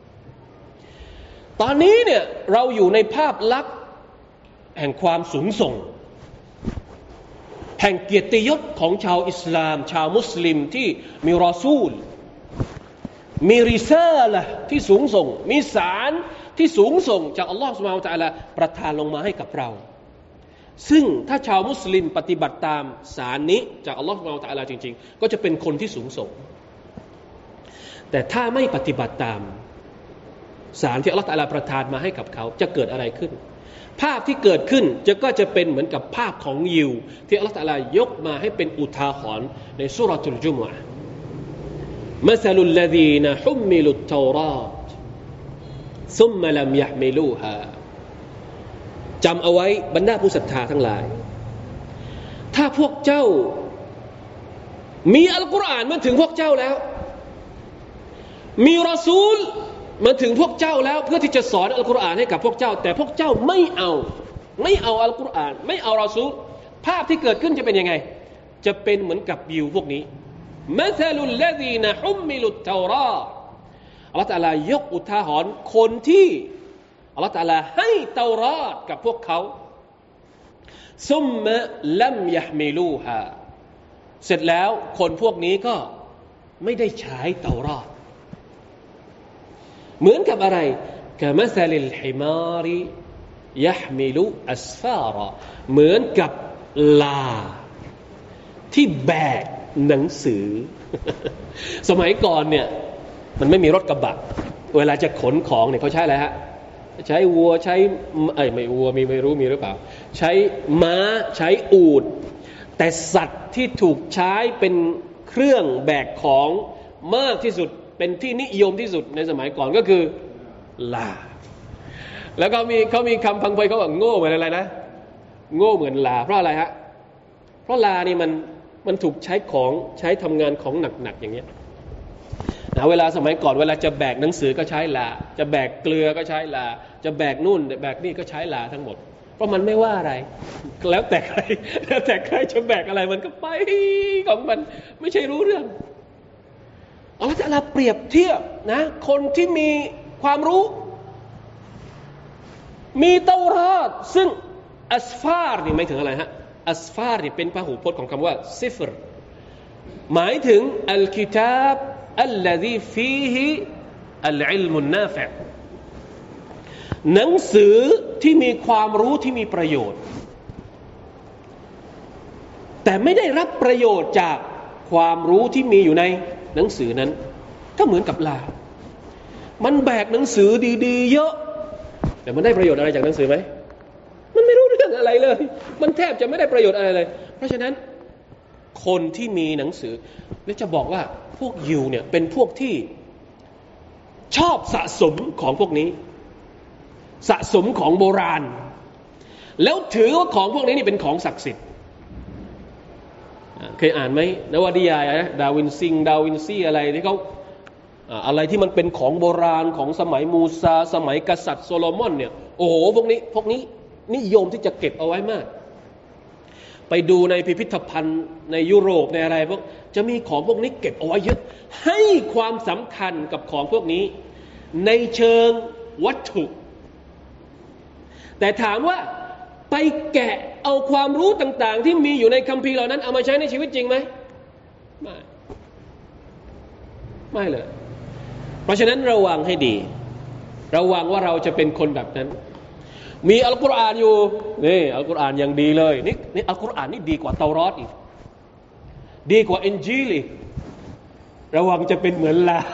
ตอนนี้เนี่ยเราอยู่ในภาพลักษณ์แห่งความสูงส่งแห่งเกียรติยศของชาวอิสลามชาวมุสลิมที่มีรอซูลมีริซาละห์ที่สูงส่งมีสารที่สูงส่งจากอัลลอฮฺซุบฮานะฮูวะตะอาลาประทานลงมาให้กับเราซึ่งถ้าชาวมุสลิมปฏิบัติตามสารนี้จากอัลลอฮฺซุบฮานะฮูวะตะอาลาจริงๆก็จะเป็นคนที่สูงส่งแต่ถ้าไม่ปฏิบัติตามสารที่อัลลอฮฺตะอาลาประทานมาให้กับเขาจะเกิดอะไรขึ้นภาพที่เกิดขึ้นจะก็จะเป็นเหมือนกับภาพของยิวที่อัลลอฮฺตะอาลายกมาให้เป็นอุทาหรณ์ในซูเราะตุลจุมอะห์مثل الذين حملوا التوراة ثم لم يحملوها จำเอาไว้บรรดาผู้ศรัทธาทั้งหลายถ้าพวกเจ้ามีอัลกุรอานมาถึงพวกเจ้าแล้วมีรอซูลมาถึงพวกเจ้าแล้วเพื่อที่จะสอนอัลกุรอานให้กับพวกเจ้าแต่พวกเจ้าไม่เอาไม่เอาอัลกุรอานไม่เอารอซูลภาพที่เกิดขึ้นจะเป็นยังไงจะเป็นเหมือนกับยิวพวกนี้مثل الذين حملوا التوراة อัลเลาะห์ตะอาลายกอุทาหรณ์คนที่อัลเลาะห์ตะอาลาให้เตารอดกับพวกเขาซุมมะลัมยะฮ์มิลูฮาเสร็จแล้วคนพวกนี้ก็ไม่ได้ใช้เตารอดเหมือนกับอะไรกะมะซะลิลฮิมาริยะฮ์มิลูอัสฟาระเหมือนกับลาที่แบกหนังสือ สมัยก่อนเนี่ยมันไม่มีรถกระบะเวลาจะขนของเนี่ยเขาใช้อะไรฮะใช้วัวใช้เอ้ยไม่วัวมีไม่รู้มีหรือเปล่าใช้ม้าใช้อูฐแต่สัตว์ที่ถูกใช้เป็นเครื่องแบกของมากที่สุดเป็นที่นิยมที่สุดในสมัยก่อนก็คือลาแล้วก็มีเขามีคำพังเพยเขาบอกโง่เหมือนอะไรนะโง่เหมือนลาเพราะอะไรฮะเพราะลานี่มันมันถูกใช้ของใช้ทำงานของหนักๆอย่างเงี้ยนะเวลาสมัยก่อนเวลาจะแบกหนังสือก็ใช้ลาจะแบกเกลือก็ใช้ลาจะแบกนู่นแบกนี่ก็ใช้ลาทั้งหมดเพราะมันไม่ว่าอะไรแล้วแต่ใครแล้วแต่ใครจะแบกอะไรมันก็ไปของมันไม่ใช่รู้เรื่องอัลเลาะห์ตะอาลาเปรียบเทียบนะคนที่มีความรู้มีเตารอดซึ่งอัสฟาร์นี่หมายถึงอะไรฮะอัสฟาร์นี่เป็นพหูพจน์ของคำว่าซิฟรหมายถึงอัลกิตาบอัลลซีฟีฮิอัลอิลมุนนาฟิอ์หนังสือที่มีความรู้ที่มีประโยชน์แต่ไม่ได้รับประโยชน์จากความรู้ที่มีอยู่ในหนังสือนั้นก็เหมือนกับลามันแบกหนังสือดีๆเยอะแต่มันได้ประโยชน์อะไรจากหนังสือไหมมันไม่รู้เรื่องอะไรเลยมันแทบจะไม่ได้ประโยชน์อะไรเลยเพราะฉะนั้นคนที่มีหนังสือและจะบอกว่าพวกยิวเนี่ยเป็นพวกที่ชอบสะสมของพวกนี้สะสมของโบราณแล้วถือว่าของพวกนี้นี่เป็นของศักดิ์สิทธิ์เคยอ่านไหมนวนิยายนะดาวินซิงดาวินซีอะไรที่เขาอะไรที่มันเป็นของโบราณของสมัยมูซาสมัยกษัตริย์โซโลมอนเนี่ยโอ้โหพวกนี้พวกนี้นิยมที่จะเก็บเอาไว้มากไปดูในพิพิธภัณฑ์ในยุโรปในอะไรพวกจะมีของพวกนี้เก็บเอาไว้เยอะให้ความสำคัญกับของพวกนี้ในเชิงวัตถุแต่ถามว่าไปแกะเอาความรู้ต่างๆที่มีอยู่ในคัมภีร์เหล่านั้นเอามาใช้ในชีวิตจริงไหมไม่ไม่เลยเพราะฉะนั้นระวังให้ดีระวังว่าเราจะเป็นคนแบบนั้นมีอัลกุรอานอยู่นี่อัลกุรอานยังดีเลยนี่นี่อัลกุรอานนี่ดีกว่าเตารอดอีกดีกว่าอินจีลอีกระวังจะเป็นเหมือนลา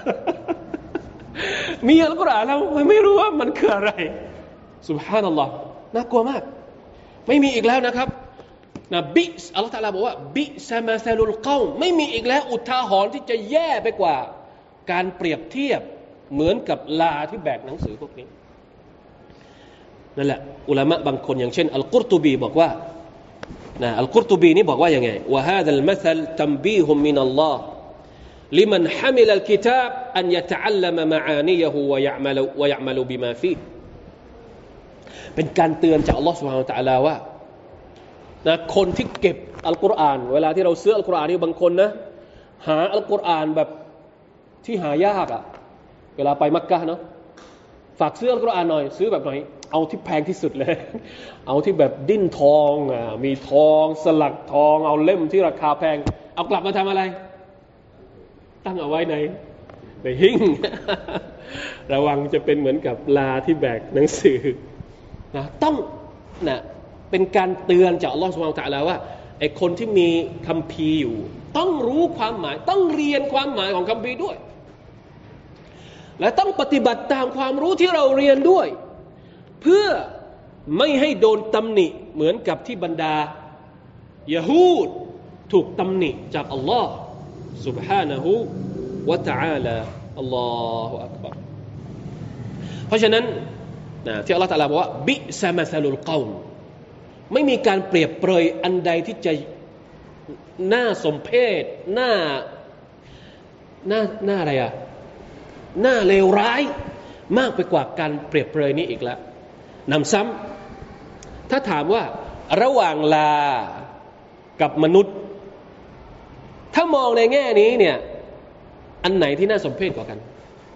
มีอัลกุรอานแล้วไม่รู้ว่ามันคืออะไรซุบฮานัลลอฮ์น่ากลัวมากไม่มีอีกแล้วนะครับนะบิสอัลลอฮฺตะอาลาบอกว่าบิซะมาซาลุลกอมไม่มีอีกแล้วอุทาหรณ์ที่จะแย่ไปกว่าการเปรียบเทียบเหมือนกับลาที่แบกหนังสือพวกนี้นั่นแหละอุลามะบางคนอย่างเช่นอัลกุรตุบีบอกว่านะอัลกุรตุบีนี่บอกว่ายังไงวะฮาซัลมัซัลตัมบีฮุมมินัลลอฮ์ลิมันฮะมิลัลกิตาบอันยะตะอัลลัมมะอานียะฮูวะยะอ์มะลวะยะอ์มะลุบิมาฟีเป็นการเตือนจากอัลลอฮฺ سبحانه และ تعالى ว่านะคนที่เก็บอัลกุรอานเวลาที่เราซื้ออัลกุรอานนี่บางคนนะหาอัลกุรอานแบบที่หายากอ่ะเวลาไปมักกะฮ์เนาะฝากซื้ออัลกุรอานหน่อยซื้อแบบไหนเอาที่แพงที่สุดเลยเอาที่แบบดิ้นทองอ่ะมีทองสลักทองเอาเล่มที่ราคาแพงเอากลับมาทำอะไรตั้งเอาไว้ในในหิ้ง ระวังจะเป็นเหมือนกับลาที่แบกหนังสือนะต้องนะเป็นการเตือนจากอัลลอฮฺซุบฮานะฮูวะตะอาลาว่าไอ้คนที่มีคัมภีร์อยู่ต้องรู้ความหมายต้องเรียนความหมายของคัมภีร์ด้วยและต้องปฏิบัติตามความรู้ที่เราเรียนด้วยเพื่อไม่ให้โดนตำหนิเหมือนกับที่บรรดายะฮูดถูกตำหนิจากอัลลอฮฺ سبحانه และ تعالى อัลลอฮฺอักบัรเพราะฉะนั้นนะที่อัลลอฮฺตะอาลาบอกว่าบิซะมัซะลุลกอมไม่มีการเปรียบเปรยอันใดที่จะน่าสมเพชน่าน่าน่าอะไรอ่ะน่าเลวร้ายมากไปกว่าการเปรียบเปรยนี้อีกแล้วนำซ้ำถ้าถามว่าระหว่างลากับมนุษย์ถ้ามองในแง่นี้เนี่ยอันไหนที่น่าสมเพชกว่ากัน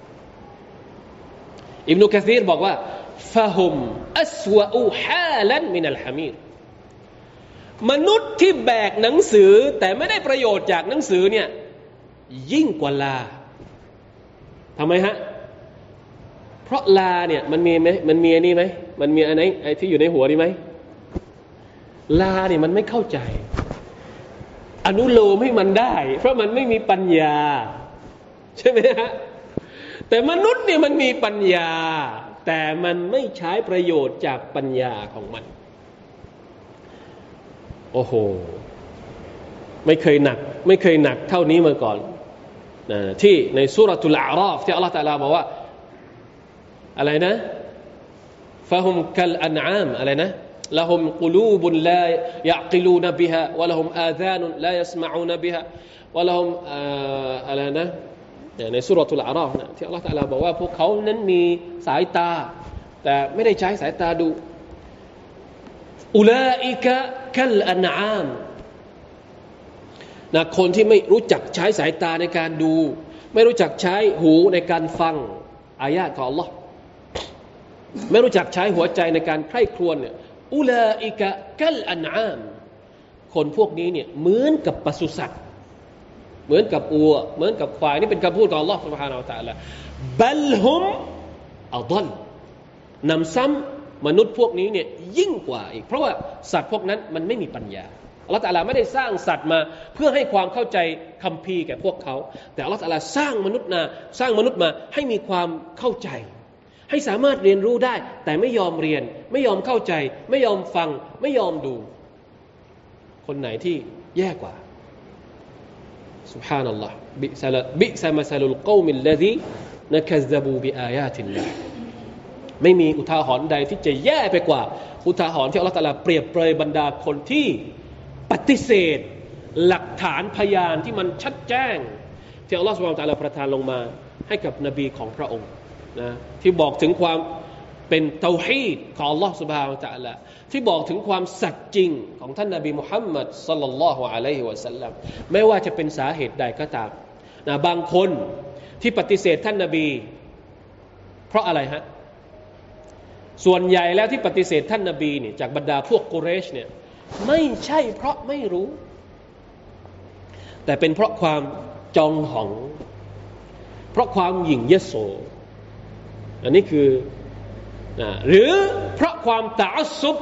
อิบนุกะซีรบอกว่าฟะฮุมอัสวะอูฮาลันมินัลฮะมีรมนุษย์ที่แบกหนังสือแต่ไม่ได้ประโยชน์จากหนังสือเนี่ยยิ่งกว่าลาทำไมฮะเพราะลาเนี่ยมันมีไหมมันมีอันนี้ไหมมันมีอันไหนไอ้ที่อยู่ในหัวนี่ไหมลาเนี่ยมันไม่เข้าใจอนุโลมให้มันได้เพราะมันไม่มีปัญญาใช่ไหมฮะแต่มนุษย์เนี่ยมันมีปัญญาแต่มันไม่ใช้ประโยชน์จากปัญญาของมันโอ้โหไม่เคยหนักไม่เคยหนักเท่านี้มาก่อนนะที่ในซูเราะตุลอาราฟที่อัลเลาะห์ตะอาลาบอกว่าอะไรนะฟะฮุมกัลอันอามอะไรนะละฮุมกุลูบุนลายะอ์กิลูนบิฮาวะละฮุมอาซานุนลายะสมะอูนบิฮาวะละฮุมอะไรนะในซูเราะตุลอาราฟนะที่อัลเลาะห์ตะอาลาบอกว่าพวกเขานั้นมีสายตาแต่ไม่ได้ใช้สายตาดูอุลาอิกะกัลอันอามนะคนที่ไม่รู้จักใช้สายตาในการดูไม่รู้จักใช้หูในการฟังอายะห์ของอัลเลาะห์ไม่รู้จักใช้หัวใจในการใคร่ครวญเนี่ยอุลาอิกะกัลอันอามคนพวกนี้เนี่ยเหมือนกับปศุสัตว์เหมือนกับวัวเหมือนกับควายนี่เป็นคำพูดของอัลลอฮฺ سبحانه และ تعالى บัลฮุมอัฎัลนำซ้ำมนุษย์พวกนี้เนี่ยยิ่งกว่าอีกเพราะว่าสัตว์พวกนั้นมันไม่มีปัญญาอัลลอฮฺ تعالى ไม่ได้สร้างสัตว์มาเพื่อให้ความเข้าใจคัมภีร์แก่พวกเขาแต่อัลลอฮฺ تعالى สร้างมนุษย์มาสร้างมนุษย์มาให้มีความเข้าใจให้สามารถเรียนรู้ได้แต่ไม่ยอมเรียนไม่ยอมเข้าใจไม่ยอมฟังไม่ยอมดูคนไหนที่แย่กว่าسبحان الله بئس بئس مثل القوم الذين كذبوا بآيات الله ไม่มีอุทาหรณ์ใดที่จะแย่ไปกว่าอุทาหรณ์ที่อัลเลาะห์ตะอาลาเปรียบเปรยบรรดาคนที่ปฏิเสธหลักฐานพยานที่มันชัดแจ้งที่อัลเลาะห์ซุบฮานะฮูวะตะอาลาประทานลงมาให้กับนบีของพระองค์นะที่บอกถึงความเป็นเตาฮีดของอัลเลาะห์ซุบฮานะฮูวะตะอาลาที่บอกถึงความสัตย์จริงของท่านนบีมุฮัมมัดศ็อลลัลลอฮุอะลัยฮิวะซัลลัมไม่ว่าจะเป็นสาเหตุใดก็ตามนะบางคนที่ปฏิเสธท่านนบีเพราะอะไรฮะส่วนใหญ่แล้วที่ปฏิเสธท่านนบีเนี่ยจากบรรดาพวกกุเรชเนี่ยไม่ใช่เพราะไม่รู้แต่เป็นเพราะความจองหองเพราะความหยิ่งยโสอันนี้คือนะหรือเพราะความตะอัสซุบ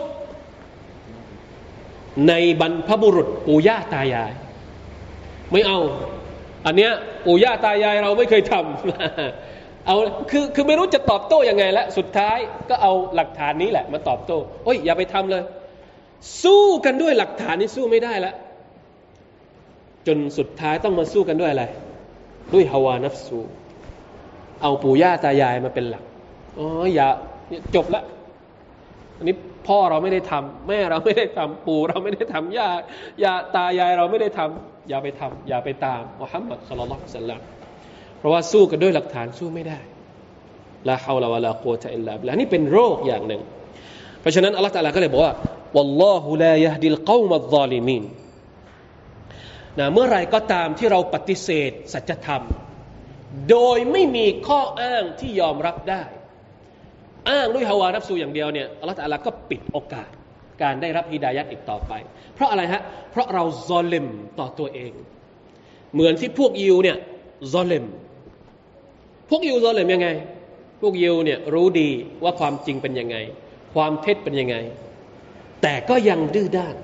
ในบรรพบุรุษปู่ย่าตายายไม่เอาอันเนี้ยปู่ย่าตายายเราไม่เคยทำเอาคือคือไม่รู้จะตอบโต้ยังไงแล้วสุดท้ายก็เอาหลักฐานนี้แหละมาตอบโต้โอ้ยอย่าไปทำเลยสู้กันด้วยหลักฐานนี้สู้ไม่ได้แล้วจนสุดท้ายต้องมาสู้กันด้วยอะไรด้วยฮาวานัฟซูเอาปู่ย่าตายายมาเป็นหลักอ๋ออย่าจบละอันนี้พ่อเราไม่ได้ทำแม่เราไม่ได้ทำปู่เราไม่ได้ทำย่าย่าตายายเราไม่ได้ทำอย่าไปทำอย่าไปตามมุฮัมมัดศ็อลลัลลอฮุอะลัยฮิวะซัลลัมเพราะว่าสู้กันด้วยหลักฐานสู้ไม่ได้ลาฮาวละวะลากุวะตะอิลลาบิลลาห์นี่เป็นโรคอย่างหนึ่งเพราะฉะนั้นอัลเลาะห์ตะอาลาก็เลยบอกว่าวัลลอฮุลายะห์ดิลกอมัซซอลิมีนนะเมื่อไรก็ตามที่เราปฏิเสธสัจธรรมโดยไม่มีข้ออ้างที่ยอมรับได้อ้างด้วยฮาวานัฟซูอย่างเดียวเนี่ยอัลเลาะห์ตะอาลาก็ปิดโอกาสการได้รับฮิดายะห์อีกต่อไปเพราะอะไรฮะเพราะเราซอลิมต่อตัวเองเหมือนที่พวกยิวเนี่ยซอลิมพวกยิวซอลิมยังไงพวกยิวเนี่ยรู้ดีว่าความจริงเป็นยังไงความเท็จเป็นยังไงแต่ก็ยังดื้อด้าน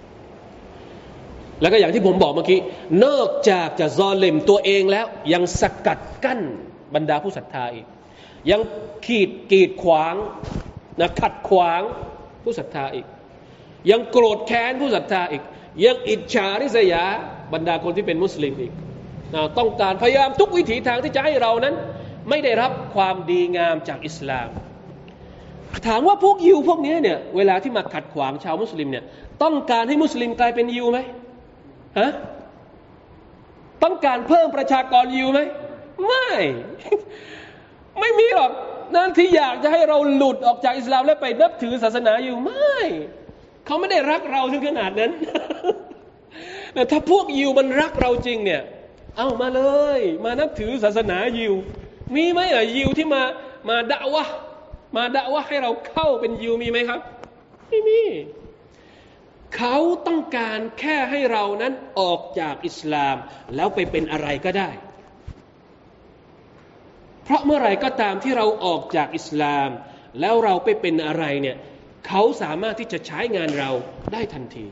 แล้วก็อย่างที่ผมบอกเมื่อกี้นอกจากจะซอลิมตัวเองแล้วยังสกัดกั้นบรรดาผู้ศรัทธาอีกยังขีดกีดขวางนะขัดขวางผู้ศรัทธาอีกยังโกรธแค้นผู้ศรัทธาอีกยังอิจฉาริษยาบรรดาคนที่เป็นมุสลิมอีกนะต้องการพยายามทุกวิถีทางที่จะให้เรานั้นไม่ได้รับความดีงามจากอิสลามถามว่าพวกยิวพวกนี้เนี่ยเวลาที่มาขัดขวางชาวมุสลิมเนี่ยต้องการให้มุสลิมกลายเป็นยิวไหมฮะต้องการเพิ่มประชากรยิวไหมไม่ไม่มีหรอกนั่นที่อยากจะให้เราหลุดออกจากอิสลามและไปนับถือศาสนายิวไม่เขาไม่ได้รักเราถึงขนาดนั้นแต่ถ้าพวกยิวมันรักเราจริงเนี่ยเอามาเลยมานับถือศาสนายิวมีไหมอ่ะยิวที่มามาดะวะมาดะวะให้เราเข้าเป็นยิวมีไหมครับไม่มีเขาต้องการแค่ให้เรานั้นออกจากอิสลามแล้วไปเป็นอะไรก็ได้เพราะเมื่อไหร่ก็ตามที่เราออกจากอิสลามแล้วเราไปเป็นอะไรเนี่ยเขาสามารถที่จะใช้งานเราได้ทันที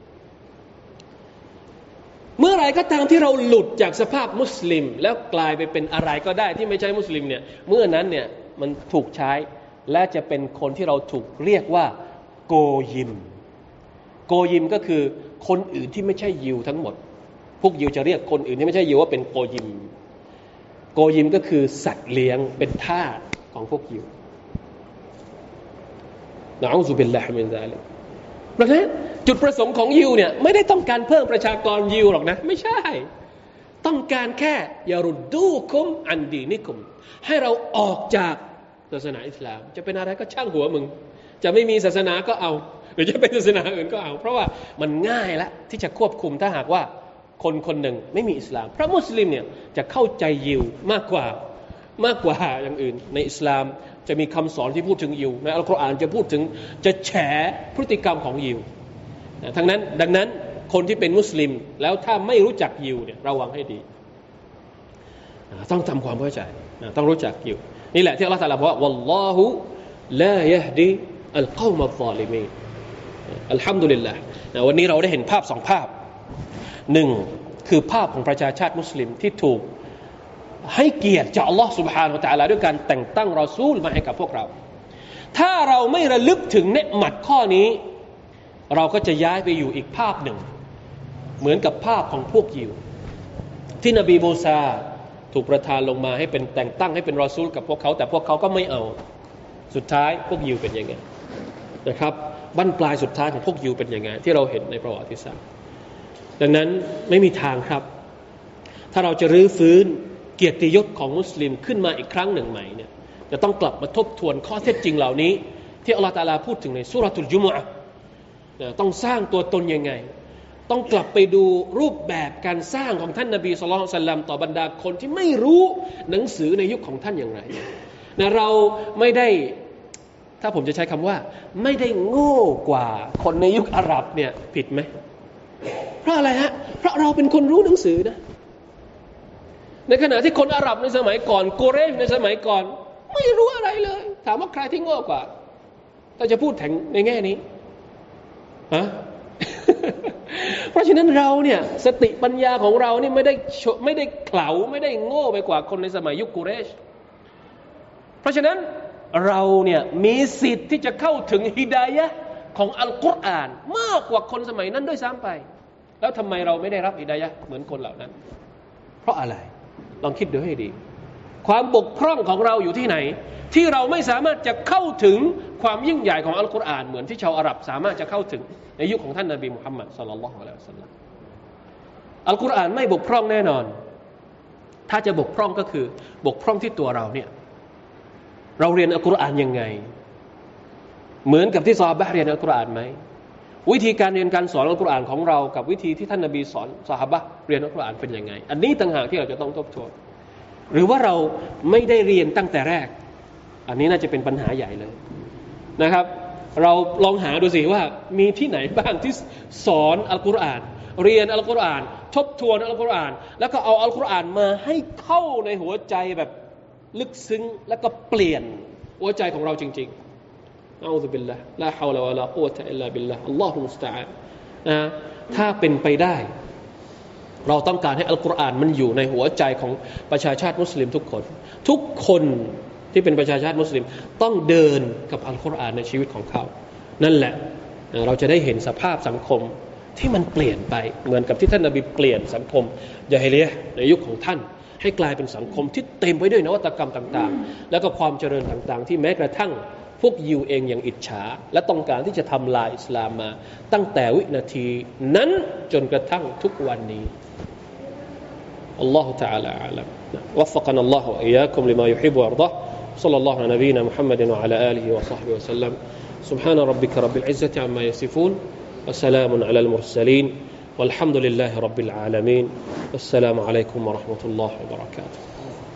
เมื่อไหร่ก็ตามที่เราหลุดจากสภาพมุสลิมแล้วกลายไปเป็นอะไรก็ได้ที่ไม่ใช่มุสลิมเนี่ยเมื่อนั้นเนี่ยมันถูกใช้และจะเป็นคนที่เราถูกเรียกว่าโกยิมโกยิมก็คือคนอื่นที่ไม่ใช่ยิวทั้งหมดพวกยิวจะเรียกคนอื่นที่ไม่ใช่ยิวว่าเป็นโกยิมโกยิมก็คือสัตว์เลี้ยงเป็นทาสของพวกยิวนะอูซุบิลลาฮิมินซาลิกเพราะฉะนั้นจุดประสงค์ของยิวเนี่ยไม่ได้ต้องการเพิ่มประชากรยิวหรอกนะไม่ใช่ต้องการแค่ยารุดดูคุมอันดีนิคุมให้เราออกจากศาสนาอิสลามจะเป็นอะไรก็ช่างหัวมึงจะไม่มีศาสนาก็เอาหรือจะเป็นศาสนาอื่นก็เอาเพราะว่ามันง่ายละที่จะควบคุมถ้าหากว่าคนคนหนึ่งไม่มีอิสลามเพราะมุสลิมเนี่ยจะเข้าใจยิวมากกว่ามากกว่าอย่างอื่นในอิสลามจะมีคำสอนที่พูดถึงยิวในอัลกุรอานจะพูดถึงจะแฉพฤติกรรมของยิวทั้งนั้นดังนั้นคนที่เป็นมุสลิมแล้วถ้าไม่รู้จักยิวเนี่ยระวังให้ดีต้องทำความเข้าใจต้องรู้จักยิวนี่แหละที่อัลเลาะห์ตะอาลาบอกว่าวัลลอฮุลายะฮดีอัลกอมัซซอลิมีนอัลฮัมดุลิลลาห์วันนี้เราได้เห็นภาพสองภาพหนึ่งคือภาพของประชาชาติมุสลิมที่ถูกให้เกียรติจากอัลลอฮ์ سبحانه และ تعالى ด้วยการแต่งตั้งรอซูลมาให้กับพวกเราถ้าเราไม่ระลึกถึงเนืหมัดข้อนี้เราก็จะย้ายไปอยู่อีกภาพหนึ่งเหมือนกับภาพของพวกยิวที่นบีมูซาถูกประทานลงมาให้เป็นแต่งตั้งให้เป็นรอซูลกับพวกเขาแต่พวกเขาก็ไม่เอาสุดท้ายพวกยิวเป็นยังไงนะครับบั้นปลายสุดท้ายของพวกยิวเป็นยังไงที่เราเห็นในประวัติศาสตร์ดังนั้นไม่มีทางครับถ้าเราจะรื้อฟื้นเกียรติยศของมุสลิมขึ้นมาอีกครั้งหนึ่งใหม่เนี่ยจะต้องกลับมาทบทวนข้อเท็จจริงเหล่านี้ที่อัลเลาะห์ตะอาลาพูดถึงในซูเราะตุลจุมอะห์ต้องสร้างตัวตนยังไงต้องกลับไปดูรูปแบบการสร้างของท่านนบีศ็อลลัลลอฮุอะลัยฮิวะซัลลัมต่อบรรดาคนที่ไม่รู้หนังสือในยุคของท่านอย่างไรนะเราไม่ได้ถ้าผมจะใช้คำว่าไม่ได้โง่กว่าคนในยุคอาหรับเนี่ยผิดไหมเพราะอะไรฮะเพราะเราเป็นคนรู้หนังสือนะในขณะที่คนอาหรับในสมัยก่อนกุเรชในสมัยก่อนไม่รู้อะไรเลยถามว่าใครที่โง่กว่าเราจะพูดถึงในแง่นี้ฮะ เพราะฉะนั้นเราเนี่ยสติปัญญาของเรานี่ไม่ได้ไม่ได้เขลาไม่ได้โง่ไปกว่าคนในสมัยยุคกุเรชเพราะฉะนั้นเราเนี่ยมีสิทธิ์ที่จะเข้าถึงฮิดายะห์ของอัลกุรอานมากกว่าคนสมัยนั้นด้วยซ้ำไปแล้วทำไมเราไม่ได้รับฮิดายะห์เหมือนคนเหล่านั้นเพราะอะไรลองคิดดูให้ดีความบกพร่องของเราอยู่ที่ไหนที่เราไม่สามารถจะเข้าถึงความยิ่งใหญ่ของอัลกุรอานเหมือนที่ชาวอาหรับสามารถจะเข้าถึงในยุคของท่านนบีมุฮัมมัดศ็อลลัลลอฮุอะลัยฮิวะซัลลัมอัลกุรอานไม่บกพร่องแน่นอนถ้าจะบกพร่องก็คือบกพร่องที่ตัวเราเนี่ยเราเรียนอัลกุรอานยังไงเหมือนกับที่ซอฮาบะห์เรียนอัลกุรอานไหมวิธีการเรียนการสอนอัลกุรอานของเรากับวิธีที่ท่านนบีสอนซอฮาบะห์เรียนอัลกุรอานเป็นยังไงอันนี้ต่างหากที่เราจะต้องทบทวนหรือว่าเราไม่ได้เรียนตั้งแต่แรกอันนี้น่าจะเป็นปัญหาใหญ่เลยนะครับเราลองหาดูสิว่ามีที่ไหนบ้างที่สอนอัลกุรอานเรียนอัลกุรอานทบทวนอัลกุรอานแล้วก็เอาอัลกุรอานมาให้เข้าในหัวใจแบบลึกซึ้งแล้วก็เปลี่ยนหัวใจของเราจริงๆเอาซุบิลละลาฮาวละวะลากุวะตะอิลลาบิลละอัลลอฮุมุสตะอาน์นะถ้าเป็นไปได้เราต้องการให้อัลกุรอานมันอยู่ในหัวใจของประชาชาติมุสลิมทุกคนทุกคนที่เป็นประชาชาติมุสลิมต้องเดินกับอัลกุรอานในชีวิตของเขานั่นแหละเราจะได้เห็นสภาพสังคมที่มันเปลี่ยนไปเหมือนกับที่ท่านนบีเปลี่ยนสังคมญะฮิลิยะห์ในยุคของท่านให้กลายเป็นสังคมที่เต็มไปด้วยนวัตกรรมต่างๆแล้วก็ความเจริญต่างๆที่แม้กระทั่งพวกยิวเองยังอิจฉาและต้องการที่จะทำลายอิสลามมาตั้งแต่วินาทีนั้นจนกระทั่งทุกวันนี้อัลลอฮฺ تعالى أعلم وفقنا الله وإياكم لما يحب ويرضاه صلى الله على نبينا محمد وعلى آله وصحبه وسلم سبحان ربك رب العزة عما يصفون وسلام على المرسلين والحمد لله رب العالمين والسلام عليكم ورحمة الله وبركاته